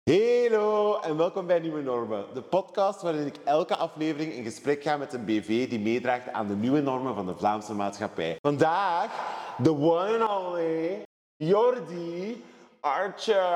Hallo en welkom bij Nieuwe Normen, de podcast waarin ik elke aflevering in gesprek ga met een BV die meedraagt aan de nieuwe normen van de Vlaamse maatschappij. Vandaag, the one and only Jordi Archer.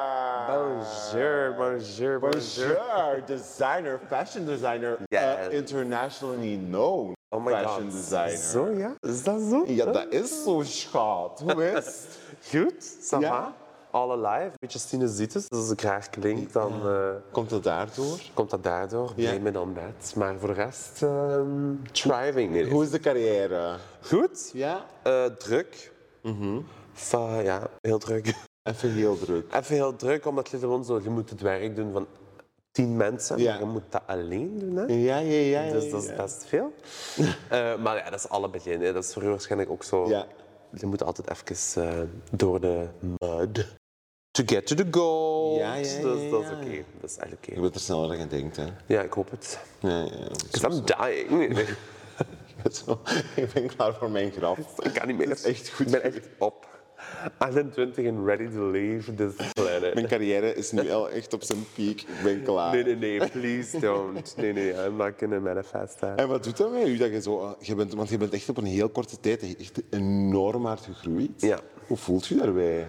Bonjour, designer, fashion designer, Yes. internationally known Oh my fashion god. designer. Zo ja? Is dat zo? Ja, dat is zo, schat. Hoe is het? Goed, ça Ja. va. All alive. Een beetje sinusitis, dus als ik raar klink, dan Komt het daardoor? komt dat daardoor. Ja. Blame it on that. Maar voor de rest, thriving. Nee, nee. Hoe is de carrière? Goed. Ja? Druk. Ja, heel druk. Even heel druk. Even heel druk, omdat je gewoon zo, je moet het werk doen van 10 mensen, Ja. maar je moet dat alleen doen. Hè? Ja. Dus dat is best veel. Maar ja, dat is alle begin. Hè. Dat is voor u waarschijnlijk ook zo. Ja. Je moet altijd even door de mud. To get to the goal. Ja. Dus dat is oké. Dat is eigenlijk Je oké. bent er sneller dan je denkt, hè? Ja, ik hoop het. Ja. Because I'm dying. Nee. Ik ben klaar voor mijn graf. Ik kan niet meer. Het is echt goed. Ik ben echt op. 28 en ready to leave this planet. Mijn carrière is nu al echt op zijn piek. Ik ben klaar. Nee, please don't. Nee, I'm not gonna manifest that. En wat doet dat met u? Dat je zo, want je bent echt op een heel korte tijd echt enorm hard gegroeid. Ja. Hoe voelt u daarbij?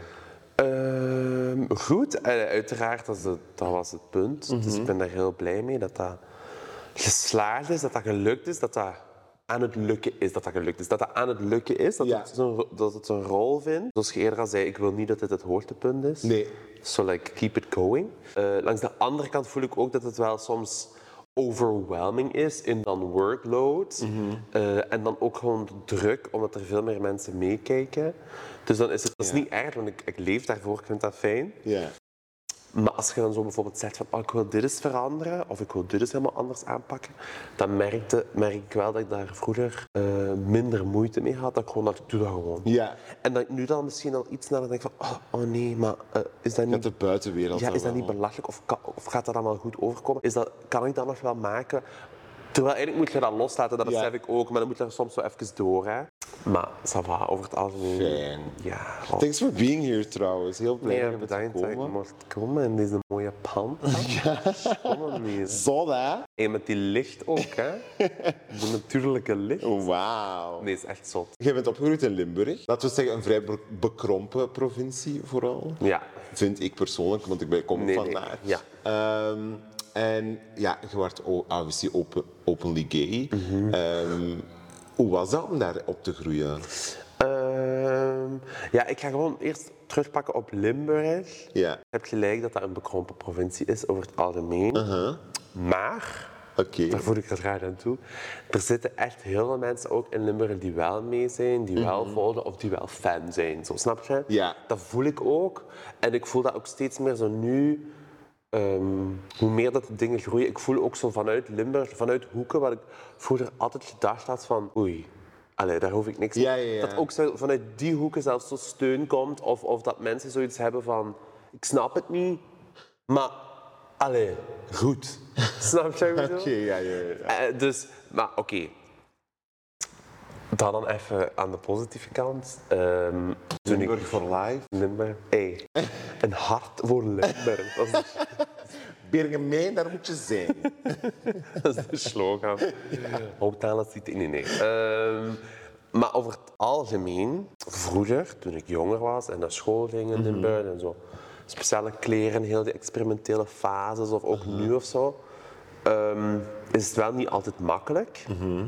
Goed, uiteraard, dat was het punt. Dus ik ben daar heel blij mee dat dat geslaagd is, dat dat gelukt is, dat dat aan het lukken is, dat Ja. dat het zijn rol vindt. Zoals je eerder al zei, ik wil niet dat dit het hoogtepunt is. Nee. So keep it going. Langs de andere kant voel ik ook dat het wel soms overwhelming is in dan workload. En dan ook gewoon druk, omdat er veel meer mensen meekijken. Dus dan is het dat is niet erg, want ik leef daarvoor, ik vind dat fijn. Ja. Maar als je dan zo bijvoorbeeld zegt van ik wil dit eens veranderen of ik wil dit eens helemaal anders aanpakken, dan merk ik wel dat ik daar vroeger minder moeite mee had. Dat ik doe dat gewoon. Ja. En dat ik nu dan misschien al iets sneller denk van oh nee, maar is dat Met niet... de buitenwereld. Ja, is dat wel. niet belachelijk of gaat dat allemaal goed overkomen? Kan ik dat nog wel maken? Terwijl eigenlijk moet je dat loslaten, dat besef ik ook, maar dan moet je er soms zo even door. Hè. Maar ça va, over het algemeen. Fijn. Ja. Thanks for being here trouwens. Heel blij dat je bent Bedankt dat ik gekomen. mocht komen in deze mooie pand. Kom mee. Zot, hè? En met die licht ook, hè? De natuurlijke licht. Wauw. Nee, is echt zot. Jij bent opgegroeid in Limburg. Laten we zeggen een vrij bekrompen provincie vooral. Ja. Vind ik persoonlijk, want ik kom Nee, vandaar. ja. En ja, je wordt obviously openly gay. Hoe was dat om daar op te groeien? Ja, ik ga gewoon eerst terugpakken op Limburg. Ja. Je hebt gelijk dat dat een bekrompen provincie is over het algemeen. Maar, Oké. daar voel ik er graag aan toe, er zitten echt heel veel mensen ook in Limburg die wel mee zijn, die wel volgen of die wel fan zijn. Zo, snap je? Ja. Dat voel ik ook. En ik voel dat ook steeds meer zo nu. Hoe meer dat de dingen groeien, ik voel ook zo vanuit Limburg, vanuit hoeken, wat ik vroeger altijd gedacht had van oei, allee, daar hoef ik niks Ja, mee. ja, ja. Dat ook vanuit die hoeken zelfs zo steun komt of dat mensen zoiets hebben van ik snap het niet, maar allee, goed. Snap je wat ik bedoel? Oké, ja. Dus, maar oké. Dan even aan de positieve kant. Toen Limburg for life. Limburg. Hey, een hart voor Limburg. Dat is Bergemeen, daar moet je zijn. Dat is de slogan. Hotellen zitten nee. Maar over het algemeen, vroeger, toen ik jonger was en naar school ging in Limburg en zo, speciale kleren, heel die experimentele fases of ook nu of zo, is het wel niet altijd makkelijk.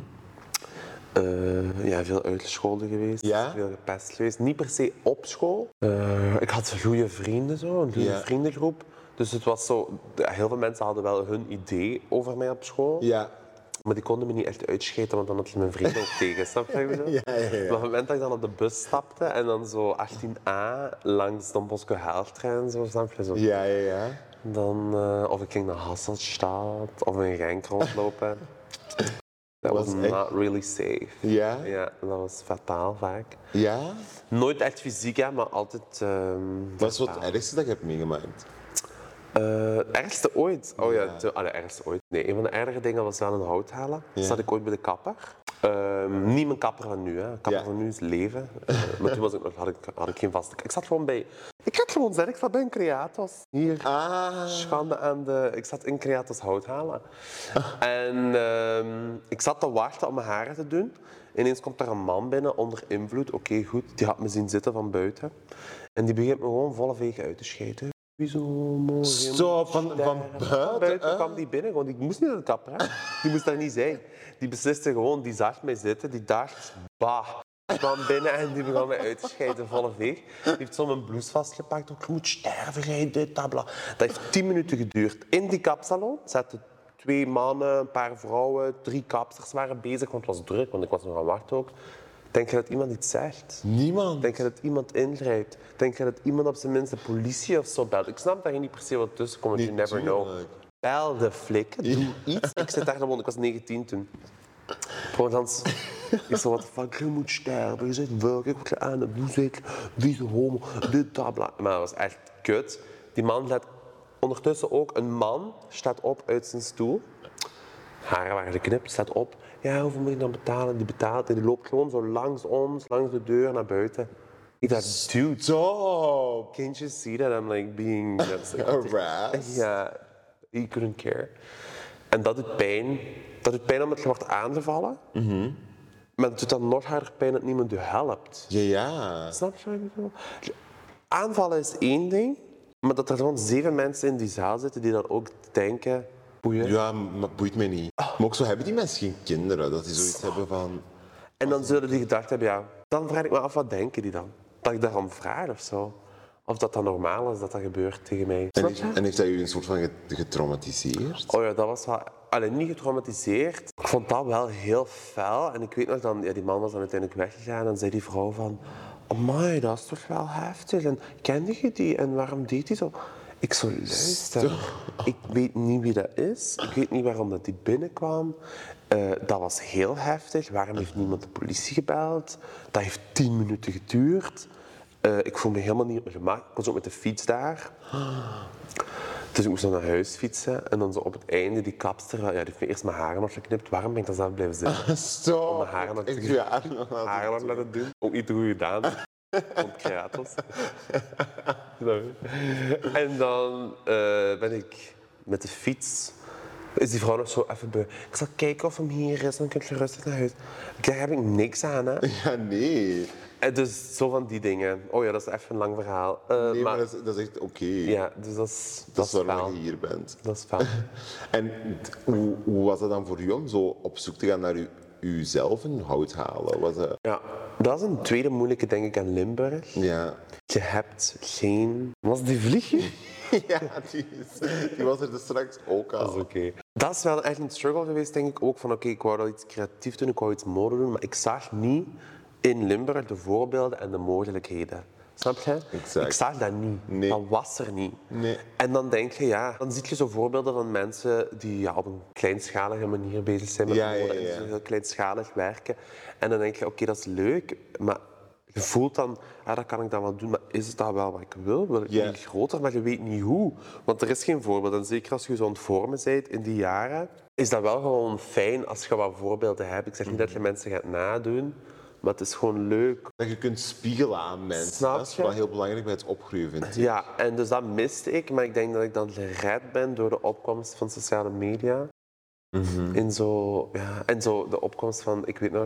Ja, veel uitgescholden geweest, Ja? veel gepest geweest. Niet per se op school. Ik had goede vrienden, een goede vriendengroep. Dus het was zo, heel veel mensen hadden wel hun idee over mij op school. Ja. Maar die konden me niet echt uitscheten, want dan had je mijn vrienden ook tegen. Snap je wat ik bedoel? Ja. Maar op het moment dat ik dan op de bus stapte en dan zo 18a langs Don Bosco Helftrein, zo, snap je zo. Ja. Dan, of ik ging naar Hasselstad of in Genk rondlopen. Dat was was echt- not really safe. Ja? Ja, dat was fataal vaak. Ja? Nooit echt fysiek, hè, maar altijd. Wat is wat het ergste dat je hebt meegemaakt? Het ergste ooit? Oh ja, Ja. ergste ooit. Nee, een van de ergere dingen was wel een hout halen. Ja. Zat ik ooit bij de kapper. Niet mijn kapper van nu, hè. Kapper Ja. van nu is leven. Maar toen had ik geen vaste... Ik zat gewoon bij... Ik had gewoon zeggen, ik zat bij een Creatos. Hier. Schande aan de... Ik zat in Creatos hout halen. En ik zat te wachten om mijn haren te doen. Ineens komt er een man binnen onder invloed. Oké, goed. Die had me zien zitten van buiten. En die begint me gewoon volle vegen uit te schijten. Wieso mogen... Stop, van buiten? Buiten kwam die binnen. Gewoon, die moest niet naar de kapper, hè. Die moest daar niet zijn. Die besliste gewoon, die zag mij zitten. Die dacht, bah. Die kwam binnen en die begon mij uit te scheiden, volle veeg. Die heeft zo mijn blouse vastgepakt. Ook, je moet sterven, jij dit, dat, bla. Dat heeft 10 minuten geduurd. In die kapsalon zaten 2 mannen, een paar vrouwen, 3 kapsters waren bezig. Want het was druk, want ik was nog aan het wachten ook. Denk je dat iemand iets zegt? Niemand. Denk je dat iemand ingrijpt? Denk je dat iemand op zijn minst de politie of zo belt? Ik snap dat je niet per se wat tussen komt, want you never know. Bel de flikken, doe iets. Ik zit daar gewoon, ik was 19 toen. Gewoon dan, ik zo, wat de fuck, je moet sterven, je zit welk, ik word je aan, doe zeker, wie is een homo, dit, dat, bla. Maar dat was echt kut. Die man let ondertussen ook, een man staat op uit zijn stoel. Haren waren geknipt, staat op. Ja, hoeveel moet ik dan betalen? Die betaalt en die loopt gewoon zo langs ons, langs de deur naar buiten. Ik dacht, dude, Stop. can't you see that I'm like being... Harassed? Ja, he couldn't care. En dat doet pijn. Dat doet pijn omdat je wordt aangevallen. Maar het doet dan nog harder pijn dat niemand je helpt. Ja. Snap je wat ik bedoel? Aanvallen is één ding, maar dat er gewoon 7 mensen in die zaal zitten die dan ook denken... Boeien. Ja, maar boeit mij niet. Maar ook zo hebben die mensen geen kinderen, dat die zoiets hebben van... En dan zullen die gedacht hebben, ja, dan vraag ik me af, wat denken die dan? Dat ik daarom vraag of zo. Of dat dat normaal is dat dat gebeurt tegen mij. En Snap heeft, je? en heeft dat u een soort van getraumatiseerd? Oh ja, dat was wel... Allee, niet getraumatiseerd. Ik vond dat wel heel fel. En ik weet nog dan, ja, die man was dan uiteindelijk weggegaan en zei die vrouw van... Amai, dat is toch wel heftig. En kende je die? En waarom deed hij zo? Ik zo, luister, ik weet niet wie dat is. Ik weet niet waarom dat die binnenkwam. Dat was heel heftig. Waarom heeft niemand de politie gebeld? Dat heeft 10 minuten geduurd. Ik voel me helemaal niet op mijn gemak. Ik was ook met de fiets daar. Dus ik moest dan naar huis fietsen. En dan zo op het einde, die kapster, ja, die heeft me eerst mijn haren nog geknipt. Waarom ben ik dan zelf blijven zitten? Stop. Om mijn haren nog te Ik ga haar nog laten haren nog laten doen. Ook niet te goed gedaan. Vond Creatos. En dan ben ik met de fiets. Is die vrouw nog zo even beu. Ik zal kijken of hem hier is, dan kun je rustig naar huis. Daar heb ik niks aan, hè. Ja, nee. En dus zo van die dingen. Oh ja, dat is even een lang verhaal. Nee, maar dat is echt oké. Ja, dus dat is Dat is waarom fel. je hier bent. Dat is fel. En hoe was dat dan voor u om zo op zoek te gaan naar uzelf en hout halen? Was dat... Ja, dat is een tweede moeilijke, denk ik, aan Limburg. Ja. Je hebt geen... Was die vliegje? Ja, die was er dus straks ook al. Dat is oké. Dat is wel echt een struggle geweest, denk ik ook. Van oké, ik wou wel iets creatief doen, ik wou iets mode doen, maar ik zag niet in Limburg de voorbeelden en de mogelijkheden. Snap je? Exact. Ik zag dat niet. Nee. Dat was er niet. Nee. En dan denk je, ja, dan zie je zo voorbeelden van mensen die ja, op een kleinschalige manier bezig zijn met Ja, mode ja, ja. en zo heel kleinschalig werken. En dan denk je, oké, dat is leuk, maar je voelt dan, ah, dat kan ik dan wel doen, maar is dat wel wat ik wil? Wil ik Ja. niet groter, maar je weet niet hoe. Want er is geen voorbeeld. En zeker als je zo aan het vormen bent in die jaren, is dat wel gewoon fijn als je wat voorbeelden hebt. Ik zeg niet dat je mensen gaat nadoen, maar het is gewoon leuk. Dat je kunt spiegelen aan mensen. Snap Dat is je? wel heel belangrijk bij het opgroeien, vind ik. Ja, en dus dat miste ik, maar ik denk dat ik dan gered ben door de opkomst van sociale media. In zo, ja, en zo de opkomst van, ik weet nog,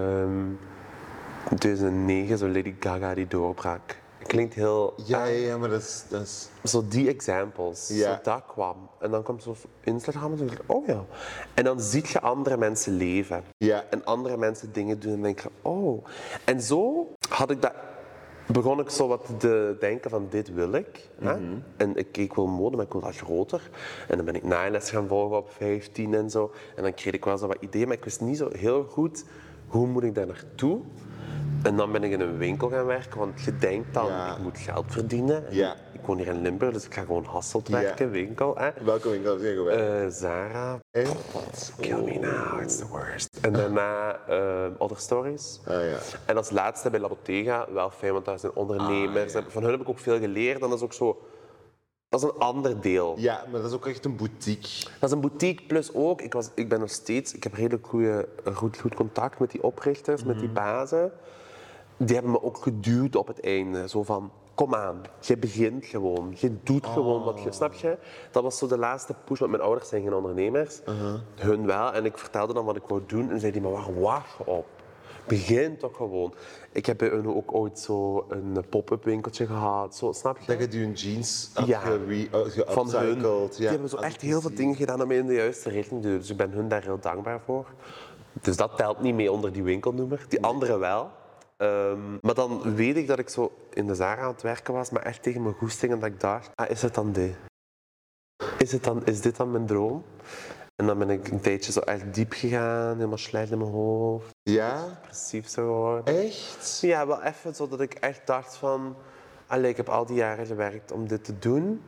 2009, zo Lady Gaga die doorbrak. Klinkt heel... Ja, maar dat is... Zo die examples, Ja. zo dat kwam. En dan kwam zo Instagram en dan dacht ik, oh ja. En dan zie je andere mensen leven. Ja. En andere mensen dingen doen en denk je, oh. En zo had ik dat... Begon ik zo wat te denken van, dit wil ik. Hè? En ik wil mode, maar ik wil dat groter. En dan ben ik naailes gaan volgen op 15 en zo. En dan kreeg ik wel zo wat ideeën, maar ik wist niet zo heel goed, hoe moet ik daar naartoe? En dan ben ik in een winkel gaan werken, want je denkt dan, Ja. ik moet geld verdienen. En Ja. Ik woon hier in Limburg, dus ik ga gewoon Hasselt werken, winkel. Hè. Welke winkel heb je gewerkt? Zara, Echt? kill me now, it's the worst. En daarna Other Stories. Ah, ja. En als laatste bij La Bottega, wel fijn, want daar zijn ondernemers. En van hun heb ik ook veel geleerd. En dat is ook zo Dat is een ander deel. Ja, maar dat is ook echt een boutique. Dat is een boutique, plus ook, ik ben nog steeds, ik heb redelijk goed contact met die oprichters, met die bazen. Die hebben me ook geduwd op het einde. Zo van, kom aan, je begint gewoon. Je doet gewoon wat je... Snap je? Dat was zo de laatste push, want mijn ouders zijn geen ondernemers. Hun wel. En ik vertelde dan wat ik wou doen. En zeiden die, maar waar wacht je op? Begin toch gewoon. Ik heb bij hun ook ooit zo een pop-up winkeltje gehad. Zo, snap je? Dat je je jeans had Ja, van hun. geupcycled. Die hebben zo echt heel veel dingen gedaan om me in de juiste richting te doen. Dus ik ben hun daar heel dankbaar voor. Dus dat telt niet mee onder die winkelnoemer. Die andere wel. Maar dan weet ik dat ik zo in de Zara aan het werken was, maar echt tegen mijn goesting. En dat ik dacht, is het dan dit? Is dit dan mijn droom? En dan ben ik een tijdje zo echt diep gegaan, helemaal slijt in mijn hoofd. Ja? Depressief zo geworden. Echt? Ja, wel even zo dat ik echt dacht van... Allee, ik heb al die jaren gewerkt om dit te doen.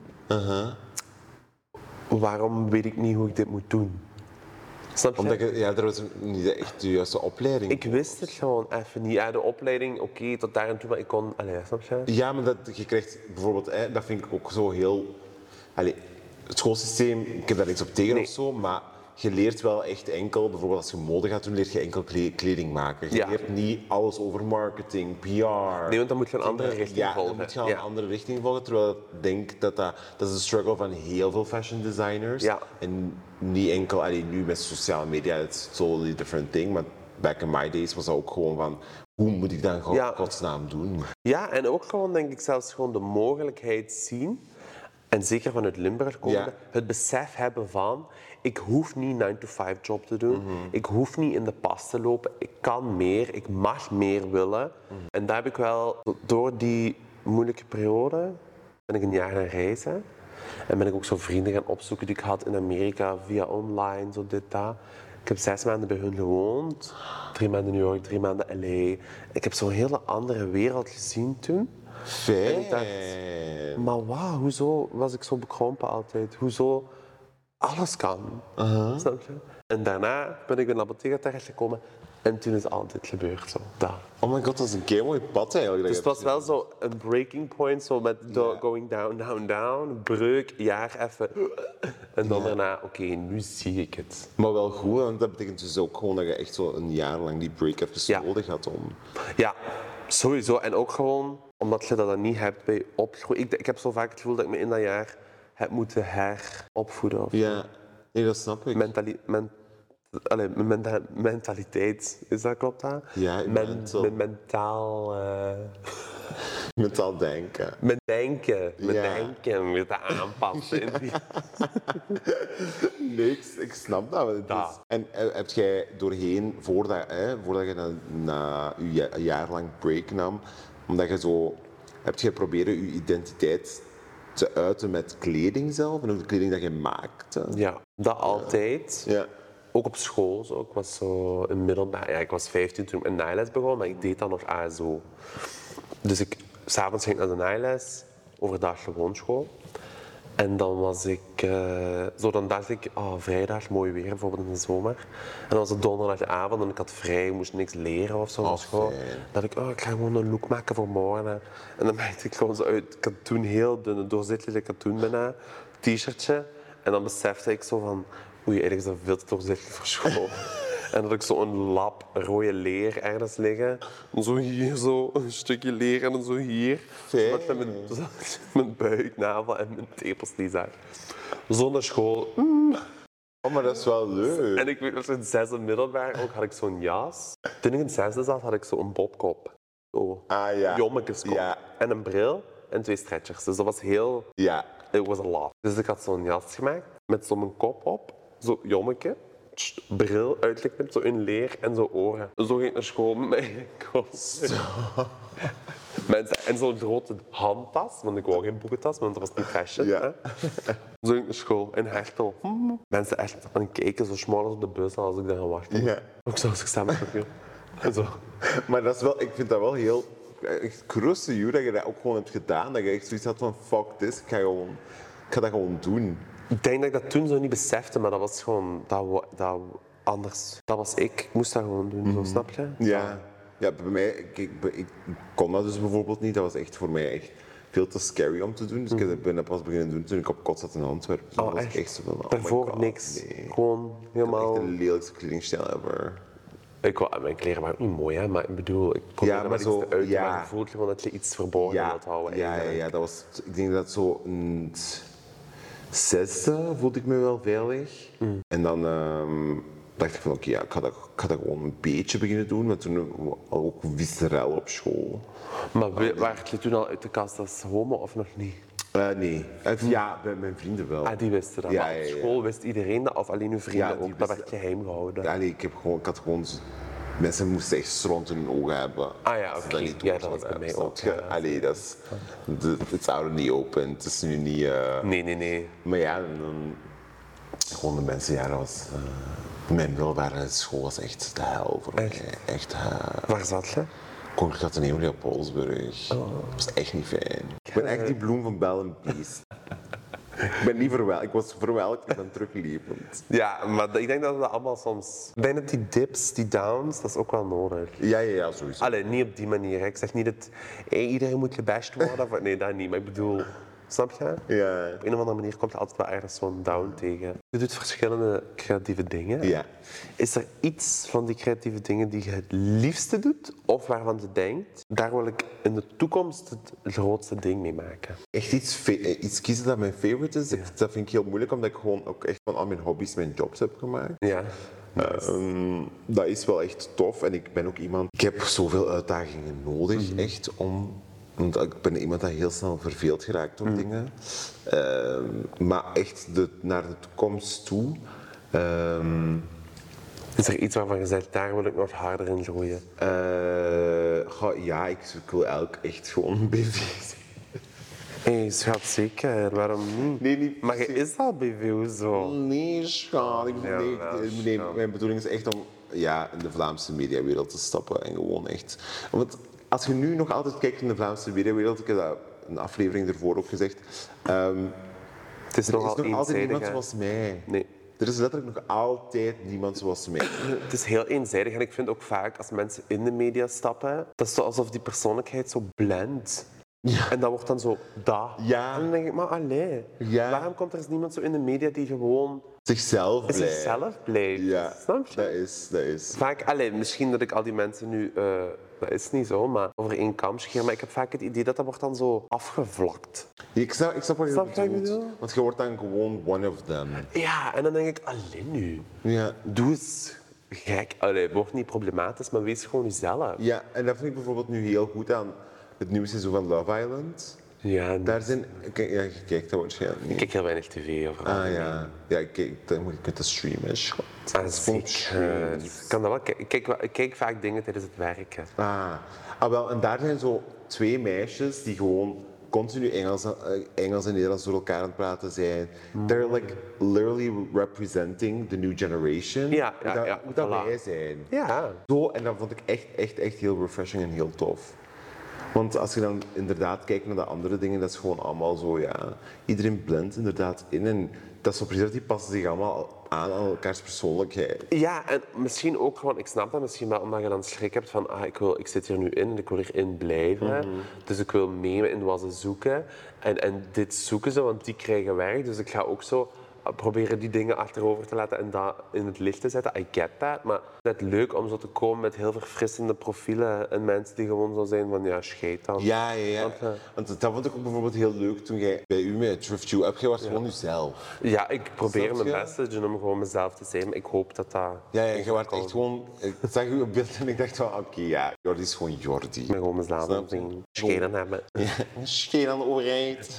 Waarom weet ik niet hoe ik dit moet doen? Snap je? Omdat er was niet echt de juiste opleiding. Ik wist het gewoon even niet. Ja, de opleiding, oké, tot daar en toe, maar ik kon... Allee, snap je? Ja, maar je krijgt bijvoorbeeld, dat vind ik ook zo heel... Allee, het schoolsysteem, ik heb daar niks op tegen Nee. of zo, maar je leert wel echt enkel, bijvoorbeeld als je mode gaat doen, leert je enkel kleding maken. Je Ja. leert niet alles over marketing, PR. Nee, want dan moet je een andere richting volgen. Ja, dan moet je een andere richting volgen, terwijl ik denk dat is de struggle van heel veel fashion designers. Ja. En niet enkel, nu met sociale media, it's a totally different thing, maar back in my days was dat ook gewoon van, hoe moet ik dat in Ja. godsnaam doen? Ja, en ook gewoon, denk ik, zelfs gewoon de mogelijkheid zien. En zeker vanuit Limburg komen, Ja. het besef hebben van... Ik hoef niet 9-to-5 job te doen. Ik hoef niet in de pas te lopen. Ik kan meer. Ik mag meer willen. En daar heb ik wel... Door die moeilijke periode ben ik een jaar gaan reizen. En ben ik ook zo vrienden gaan opzoeken die ik had in Amerika via online, zo dit, dat. Ik heb 6 maanden bij hun gewoond. 3 maanden New York, 3 maanden LA. Ik heb zo'n hele andere wereld gezien toen. Fijn. En ik dacht, maar wauw, hoezo was ik zo bekrompen altijd? Hoezo alles kan? Snap je? En daarna ben ik in de apotheek terechtgekomen en toen is al dit gebeurd. Zo. Dat. Oh my god, dat is een keer mooi pad eigenlijk. Dus het was wel zo een breaking point, zo met going down, down, down, breuk, jaar even. En dan daarna, oké, nu zie ik het. Maar wel goed, want dat betekent dus ook gewoon dat je echt zo een jaar lang die break even nodig had om... Ja, sowieso. En ook gewoon omdat je dat dan niet hebt bij opgroeien. Ik heb zo vaak het gevoel dat ik me in dat jaar heb moeten heropvoeden. Of Ja, nee, dat snap ik. Mentaliteit, is dat, klopt dat? Ja, mental. Mentaal... Mentaal denken. Mijn denken, Ja. met de aanpassen. Nee, ik snap dat wel. Ja. En heb jij doorheen, voordat je je jaar lang break nam, omdat je zo... Heb je proberen je identiteit te uiten met kleding zelf en ook de kleding dat je maakte? Ja, dat altijd. Ja. Ook op school. Zo. Ik was zo in middelbaar. Ja, ik was 15 toen ik met naailes begon, maar ik deed dan nog ASO. Dus s'avonds ging ik naar de naailes, overdag gewoon school. En dan was ik... dan dacht ik, vrijdag, mooi weer, bijvoorbeeld in de zomer. En dan was het donderdagavond en ik had vrij, ik moest niks leren of zo op school. fijn. Dan dacht ik, ik ga gewoon een look maken voor morgen. En dan maakte ik gewoon zo uit katoen, heel dunne, doorzichtige katoen bijna, t-shirtje. En dan besefte ik zo van, oei, eigenlijk is dat veel te doorzichtig voor school. En dat ik zo een lap rode leer ergens liggen. En zo hier zo een stukje leer en dan zo hier. Fijn. Zodat ik mijn buik, navel en mijn tepels niet zag. Zonder school. Oh, maar dat is wel leuk. En ik weet nog, in het 6e middelbaar ook had ik zo'n jas. Toen ik in het 6e zat, had ik zo'n bobkop. Zo. Ah ja. Jommekeskop. Ja. En een bril en 2 stretchers. Dus dat was heel... Ja. It was a lot. Dus ik had zo'n jas gemaakt met zo'n kop op. Zo jommeke. Bril uitgeknipt, zo in leer en zo oren. Zo ging ik naar school met mijn kost. Mensen, en zo'n grote handtas, want ik wou geen boekentas, want dat was niet fashion. Ja. Hè? Zo ging ik naar school in Hechtel. Mensen echt aan het kijken, zo smorgens op de bus als ik daar aan wachtte. Ja. Ook zo als ik sta met mijn en zo. Maar dat is wel, ik vind dat wel heel... Echt kudos to you dat je dat ook gewoon hebt gedaan. Dat je echt zoiets had van, fuck this, ik ga dat gewoon doen. Ik denk dat ik dat toen zo niet besefte, maar dat was gewoon dat anders. Dat was ik. Ik moest dat gewoon doen, zo, snap je? Ja. Ja, bij mij, ik kon dat dus bijvoorbeeld niet. Dat was echt voor mij echt veel te scary om te doen. Dus ik ben dat pas beginnen doen toen ik op kot zat in Antwerpen. Dus dat was echt zo van, oh my Daarvoor god, niks. nee. Gewoon helemaal... Echt de lelijkste kledingstijl ever. Mijn kleren waren ook niet mooi, hè, maar ik bedoel, ik probeer Ja, er maar wel iets zo, te uiten, ja. maar je voelt gewoon dat je iets verborgen wilt houden. eigenlijk. dat was, ik denk dat zo een zesde voelde ik me wel veilig. En dan dacht ik van oké, ja, ik ga dat gewoon een beetje beginnen doen, want toen ook viscerel op school. Maar werd je toen al uit de kast als homo of nog niet? Nee, ja, bij mijn vrienden wel. Ah, die wisten dat. Ja, Maar op ja, ja. school wist iedereen dat, of alleen uw vrienden Ja, die ook? Dat wisten- werd geheim gehouden. Ja, nee, ik had gewoon mensen moesten echt stront in hun ogen hebben. Ah ja, Als ze oké. niet Ja, door dat was zouden bij hebben, mij snap ook, je? ja. Allee, dat is... Het is out in the open. Het is nu niet... Nee. Maar ja, en dan... Gewoon de mensen, ja, dat was... mijn middelbare school was echt de hel voor mij. Echt... Waar zat je? Congregatie Emilie op Polsburg. Dat was echt niet fijn. Ik ben echt die bloem van Bel en Beest. Ik ben niet verwelkt. Ik was verwelkt en dan teruglevend. Ja, maar ik denk dat we dat allemaal soms... Bijna die dips, die downs, dat is ook wel nodig. Ja, sowieso. Allee, niet op die manier. Hè. Ik zeg niet dat iedereen moet gebashed worden. Nee, dat niet. Maar ik bedoel, snap je? Ja. Op een of andere manier komt er altijd wel ergens zo'n down tegen. Je doet verschillende creatieve dingen. Ja. Is er iets van die creatieve dingen die je het liefste doet? Of waarvan je denkt, daar wil ik in de toekomst het grootste ding mee maken? Echt iets kiezen dat mijn favorite is, dat vind ik heel moeilijk, omdat ik gewoon ook echt van al mijn hobby's mijn jobs heb gemaakt. Ja. Dat is wel echt tof en ik ben ook iemand... Ik heb zoveel uitdagingen nodig, echt, om... Want ik ben iemand dat heel snel verveeld geraakt door dingen. Maar echt naar de toekomst toe... Is er iets waarvan je zegt, daar wil ik nog harder in groeien? ja, ik wil eigenlijk echt gewoon een BV. Hé, schat, zeker. Waarom niet? Nee, niet Maar je per se. is al BVO zo. Nee, schat. Nee, schat. mijn bedoeling is echt om in de Vlaamse mediawereld te stappen en gewoon echt... Want als je nu nog altijd kijkt in de Vlaamse mediawereld, ik heb dat een aflevering ervoor ook gezegd, Het is er is nogal nog altijd eenzijdig. niemand hè. zoals mij. Nee. Er is letterlijk nog altijd niemand zoals mij. Het is heel eenzijdig en ik vind ook vaak als mensen in de media stappen, dat is zo alsof die persoonlijkheid zo blendt. Ja. En dat wordt dan zo dat. Ja. En dan denk ik, maar allee, Ja. waarom komt er eens niemand zo in de media die gewoon Zichzelf blijft. zichzelf blijft? Ja, Snap je? dat is. Vaak, misschien dat ik al die mensen nu, dat is niet zo, maar over één kam scheer, maar ik heb vaak het idee dat dat wordt dan zo afgevlakt. Ik snap wat je Snap je wat ik bedoelt. bedoel? Want je wordt dan gewoon one of them. Ja, en dan denk ik, alleen nu. Ja. Doe eens gek. Allee, word niet problematisch, maar wees gewoon jezelf. Ja, en dat vind ik bijvoorbeeld nu heel goed aan het nieuwe seizoen van Love Island. Ja, Daar zijn... Ja, je kijkt dat waarschijnlijk ik niet. kijk heel weinig tv over. Ah ja. Ja, je kunt dat streamen, schat. Ah, Dat is gewoon zeker. streamen. Ik kan dat wel ik kijk vaak dingen tijdens het werken. Wel, en daar zijn zo twee meisjes die gewoon continu Engels en Nederlands door elkaar aan het praten zijn. They're like literally representing the new generation. Ja, Hoe dat voilà. wij zijn. Ja. Zo, en dat vond ik echt heel refreshing en heel tof. Want als je dan inderdaad kijkt naar de andere dingen, dat is gewoon allemaal zo, ja... Iedereen blendt inderdaad in en dat is zo precies, die passen zich allemaal aan elkaars persoonlijkheid. Ja, en misschien ook gewoon, ik snap dat misschien wel, omdat je dan schrik hebt van, ik zit hier nu in en ik wil hierin blijven. Dus ik wil mee in wat ze zoeken. En dit zoeken ze, want die krijgen werk. Dus ik ga ook zo proberen die dingen achterover te laten en dat in het licht te zetten. I get that. Maar het is net leuk om zo te komen met heel verfrissende profielen en mensen die gewoon zo zijn van, ja, scheet dan. Ja. Oké. Want dat vond ik ook bijvoorbeeld heel leuk toen jij bij u met Thrift You hebt. Jij was gewoon jezelf. Ja, ik probeer Snap mijn je? best te doen om gewoon mezelf te zijn. Maar ik hoop dat dat... Ja, je was echt gewoon... Ik zag u op beeld en ik dacht van, oké, ja, Jordi is gewoon Jordi. Ik ben gewoon mezelf aan het Snap je? zien. Scheren hebben. Ja, scheen aan de overheid.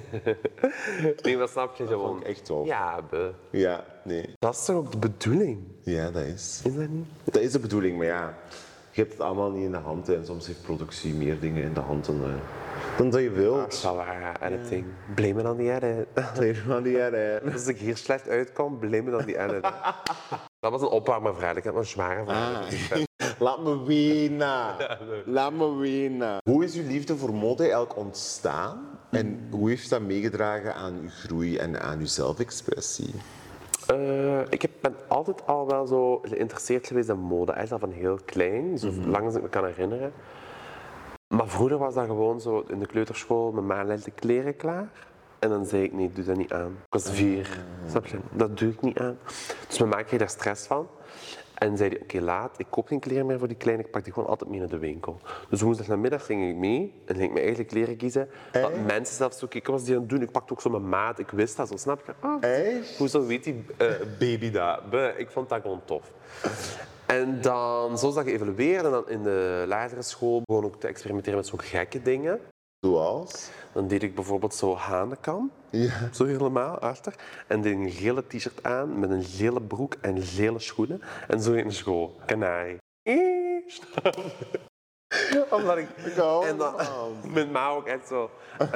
Nee, maar snap je gewoon. vond ik echt tof. Ja, Ja, nee. dat is toch ook de bedoeling? Ja, dat is. Is dat niet? Dat is de bedoeling, maar ja, je hebt het allemaal niet in de hand hè, en soms heeft productie meer dingen in de hand dan dat je Dat wilt. is wel waar, editing. Blame it on the edit. Van die jaren, hè. Als ik hier slecht uitkom, blame it on the edit. Dat was een opwarmervraag. Ik heb een zware vraag. Laat me wenen. Laat me wenen. Hoe is uw liefde voor mode eigenlijk ontstaan? En hoe heeft dat meegedragen aan uw groei en aan uw zelfexpressie? Ik ben altijd al wel zo geïnteresseerd geweest in mode. Eigenlijk al van heel klein, zo lang als ik me kan herinneren. Maar vroeger was dat gewoon zo in de kleuterschool, mijn ma legde kleren klaar. En dan zei ik, nee, doe dat niet aan. Ik was 4, snap je? Dat doe ik niet aan. Dus mijn ma kreeg daar stress van. En zei hij, oké, laat, ik koop geen kleren meer voor die kleine, ik pak die gewoon altijd mee naar de winkel. Dus woensdagnamiddag ging ik mee en ging ik mijn eigen kleren kiezen. Dat mensen zelfs zo keken was die aan het doen. Ik pakte ook zo mijn maat, ik wist dat zo, snap je? Hoezo weet die baby dat? Ik vond dat gewoon tof. En dan, zo zag je evolueren en dan in de lagere school begon ook te experimenteren met zo'n gekke dingen. Zoals? Dan deed ik bijvoorbeeld zo hanenkam, Ja. zo helemaal achter. En deed een gele t-shirt aan met een gele broek en gele schoenen. En zo in de school. Kanarie. Omdat ik... En dan met ma ook echt zo...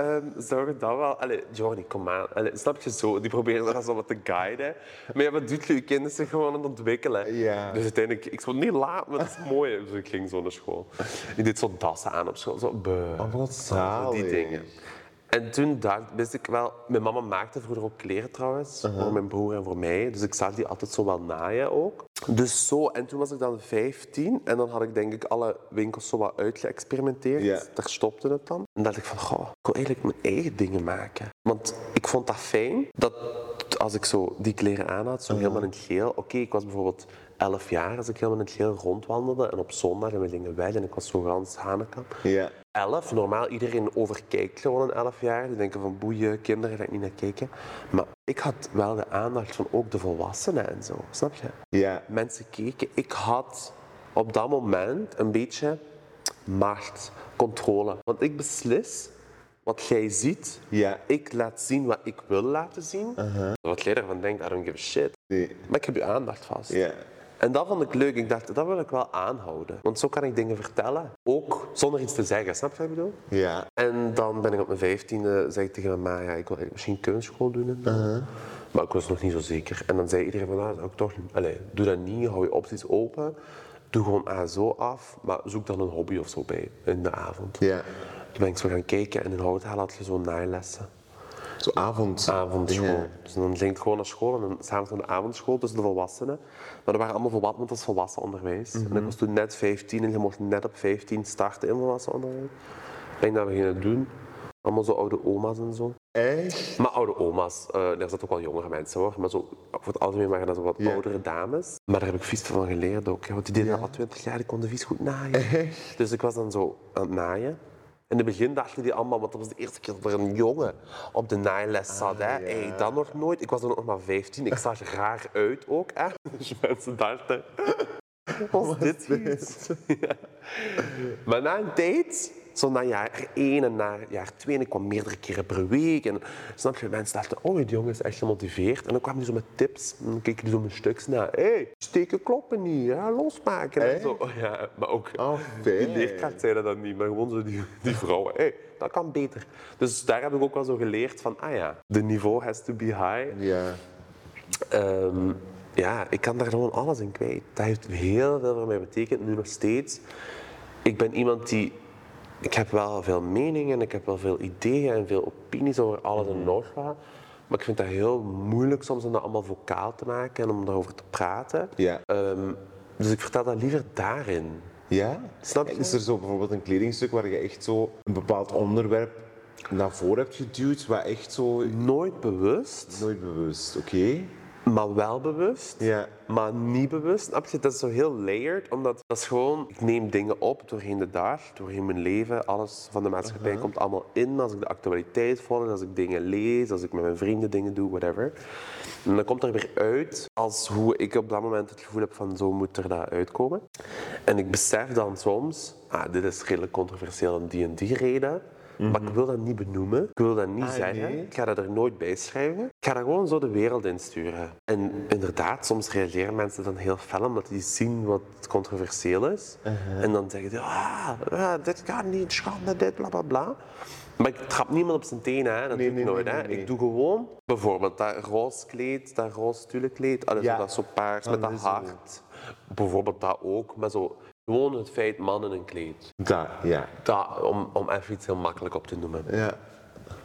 zou je dat wel... Allee, Jordi, kom aan. Allee, snap je zo? Die probeerde dat zo wat te guiden. Maar ja, wat doet je? Je kinderen zich gewoon aan het ontwikkelen. Ja. Dus uiteindelijk... Ik vond het niet laat, maar dat is mooi. Dus ik ging zo naar school. Ik deed zo dassen aan op school. Zo, wat zalig. die dingen. En toen wist ik wel... Mijn mama maakte vroeger ook kleren trouwens. Voor mijn broer en voor mij. Dus ik zag die altijd zo wel naaien ook. Dus zo. En toen was ik dan 15. En dan had ik denk ik alle winkels zo wat uitgeëxperimenteerd. Ja. Daar stopte het dan. En dacht ik van, goh, ik wil eigenlijk mijn eigen dingen maken. Want ik vond dat fijn. Dat als ik zo die kleren aan had, zo helemaal in het geel. Oké, ik was bijvoorbeeld 11 jaar als ik helemaal in het geel rondwandelde. En op zondag en we gingen weg en ik was zo gans Hanekam. Ja. 11, normaal iedereen overkijkt gewoon een 11 jaar. Die denken van boeien, kinderen, daar niet naar kijken. Maar ik had wel de aandacht van ook de volwassenen en zo, snap je? Ja. Mensen keken. Ik had op dat moment een beetje macht, controle. Want ik beslis wat jij ziet. Ja. Ik laat zien wat ik wil laten zien. Wat jij ervan denkt, I don't give a shit. Nee. Maar ik heb je aandacht vast. Ja. En dat vond ik leuk. Ik dacht, dat wil ik wel aanhouden. Want zo kan ik dingen vertellen. Ook zonder iets te zeggen. Snap je wat ik bedoel? Ja. En dan ben ik op mijn 15e, zei ik tegen mijn ma, ja, ik wil eigenlijk misschien kunstschool doen. En zo. Maar ik was nog niet zo zeker. En dan zei iedereen van, nou, ik toch, allez, doe dat niet, hou je opties open. Doe gewoon ASO af, maar zoek dan een hobby of zo bij in de avond. Ja. Toen ben ik zo gaan kijken en in Houthalen had je zo'n naaillessen. Zo Avondschool. dingen. Dus dan ging ik gewoon naar school en dan samen naar de avondschool tussen de volwassenen. Maar dat waren allemaal volwassenen, want dat was volwassen onderwijs. En ik was toen net 15 en je mocht net op 15 starten in volwassen onderwijs. En dat we gingen doen. Allemaal zo oude oma's en zo. Echt? Maar oude oma's, daar zaten ook wel jongere mensen hoor. Maar zo, voor het algemeen waren dat zo wat oudere dames. Maar daar heb ik vies van geleerd ook. Want die deden al 20 jaar, die konden vies goed naaien. Echt? Dus ik was dan zo aan het naaien. In het begin dachten die allemaal, want dat was de eerste keer dat er een jongen op de naailes zat. Hè. Hey, dat nog nooit. Ik was dan nog maar 15. Ik zag er raar uit ook. Hè. Dus mensen dachten, was dit iets? Ja. Maar na een tijd, zo na jaar 1 en na jaar 2, en ik kwam meerdere keren per week. En snap je, mensen dachten, oh, die jongen is echt gemotiveerd. En dan kwamen die zo met tips. En dan keken die zo mijn stuks naar. Hé, steken kloppen niet, hè, losmaken. En zo. Oh, ja, maar ook die leerkracht zeiden dat niet, maar gewoon zo die vrouwen. Hé, dat kan beter. Dus daar heb ik ook wel zo geleerd van, ah ja, de niveau has to be high. Ja. Ja, ik kan daar gewoon alles in kwijt. Dat heeft heel veel voor mij betekend, nu nog steeds. Ik ben iemand die... Ik heb wel veel meningen, ik heb wel veel ideeën en veel opinies over alles en nog wat. Maar ik vind dat heel moeilijk soms om dat allemaal vocaal te maken en om daarover te praten. Ja. Dus ik vertel dat liever daarin. Ja? Snap je? Is er zo bijvoorbeeld een kledingstuk waar je echt zo een bepaald onderwerp naar voren hebt geduwd, waar echt zo... Nooit bewust, Nooit bewust, oké? maar wel bewust. Ja. Maar niet bewust. Snap je? Dat is zo heel layered, omdat dat is gewoon... Ik neem dingen op doorheen de dag, doorheen mijn leven. Alles van de maatschappij komt allemaal in als ik de actualiteit volg, als ik dingen lees, als ik met mijn vrienden dingen doe, whatever. En dan komt er weer uit als hoe ik op dat moment het gevoel heb van zo moet er dat uitkomen. En ik besef dan soms, dit is redelijk controversieel om die en die reden. Maar ik wil dat niet benoemen, ik wil dat niet zeggen, nee. ik ga dat er nooit bij schrijven. Ik ga dat gewoon zo de wereld insturen. En inderdaad, soms reageren mensen dan heel fel omdat die zien wat controversieel is. En dan zeggen die, dit kan niet, schande, dit, bla bla bla. Maar ik trap niemand op zijn tenen, hè. Dat doe ik nooit. Hè. Ik doe gewoon, bijvoorbeeld dat roze kleed, dat roze tullekleed, dat zo paars met dat hart. Bijvoorbeeld dat ook, maar zo... Gewoon het feit man in een kleed. Ja. Dat, om even iets heel makkelijk op te noemen. Ja.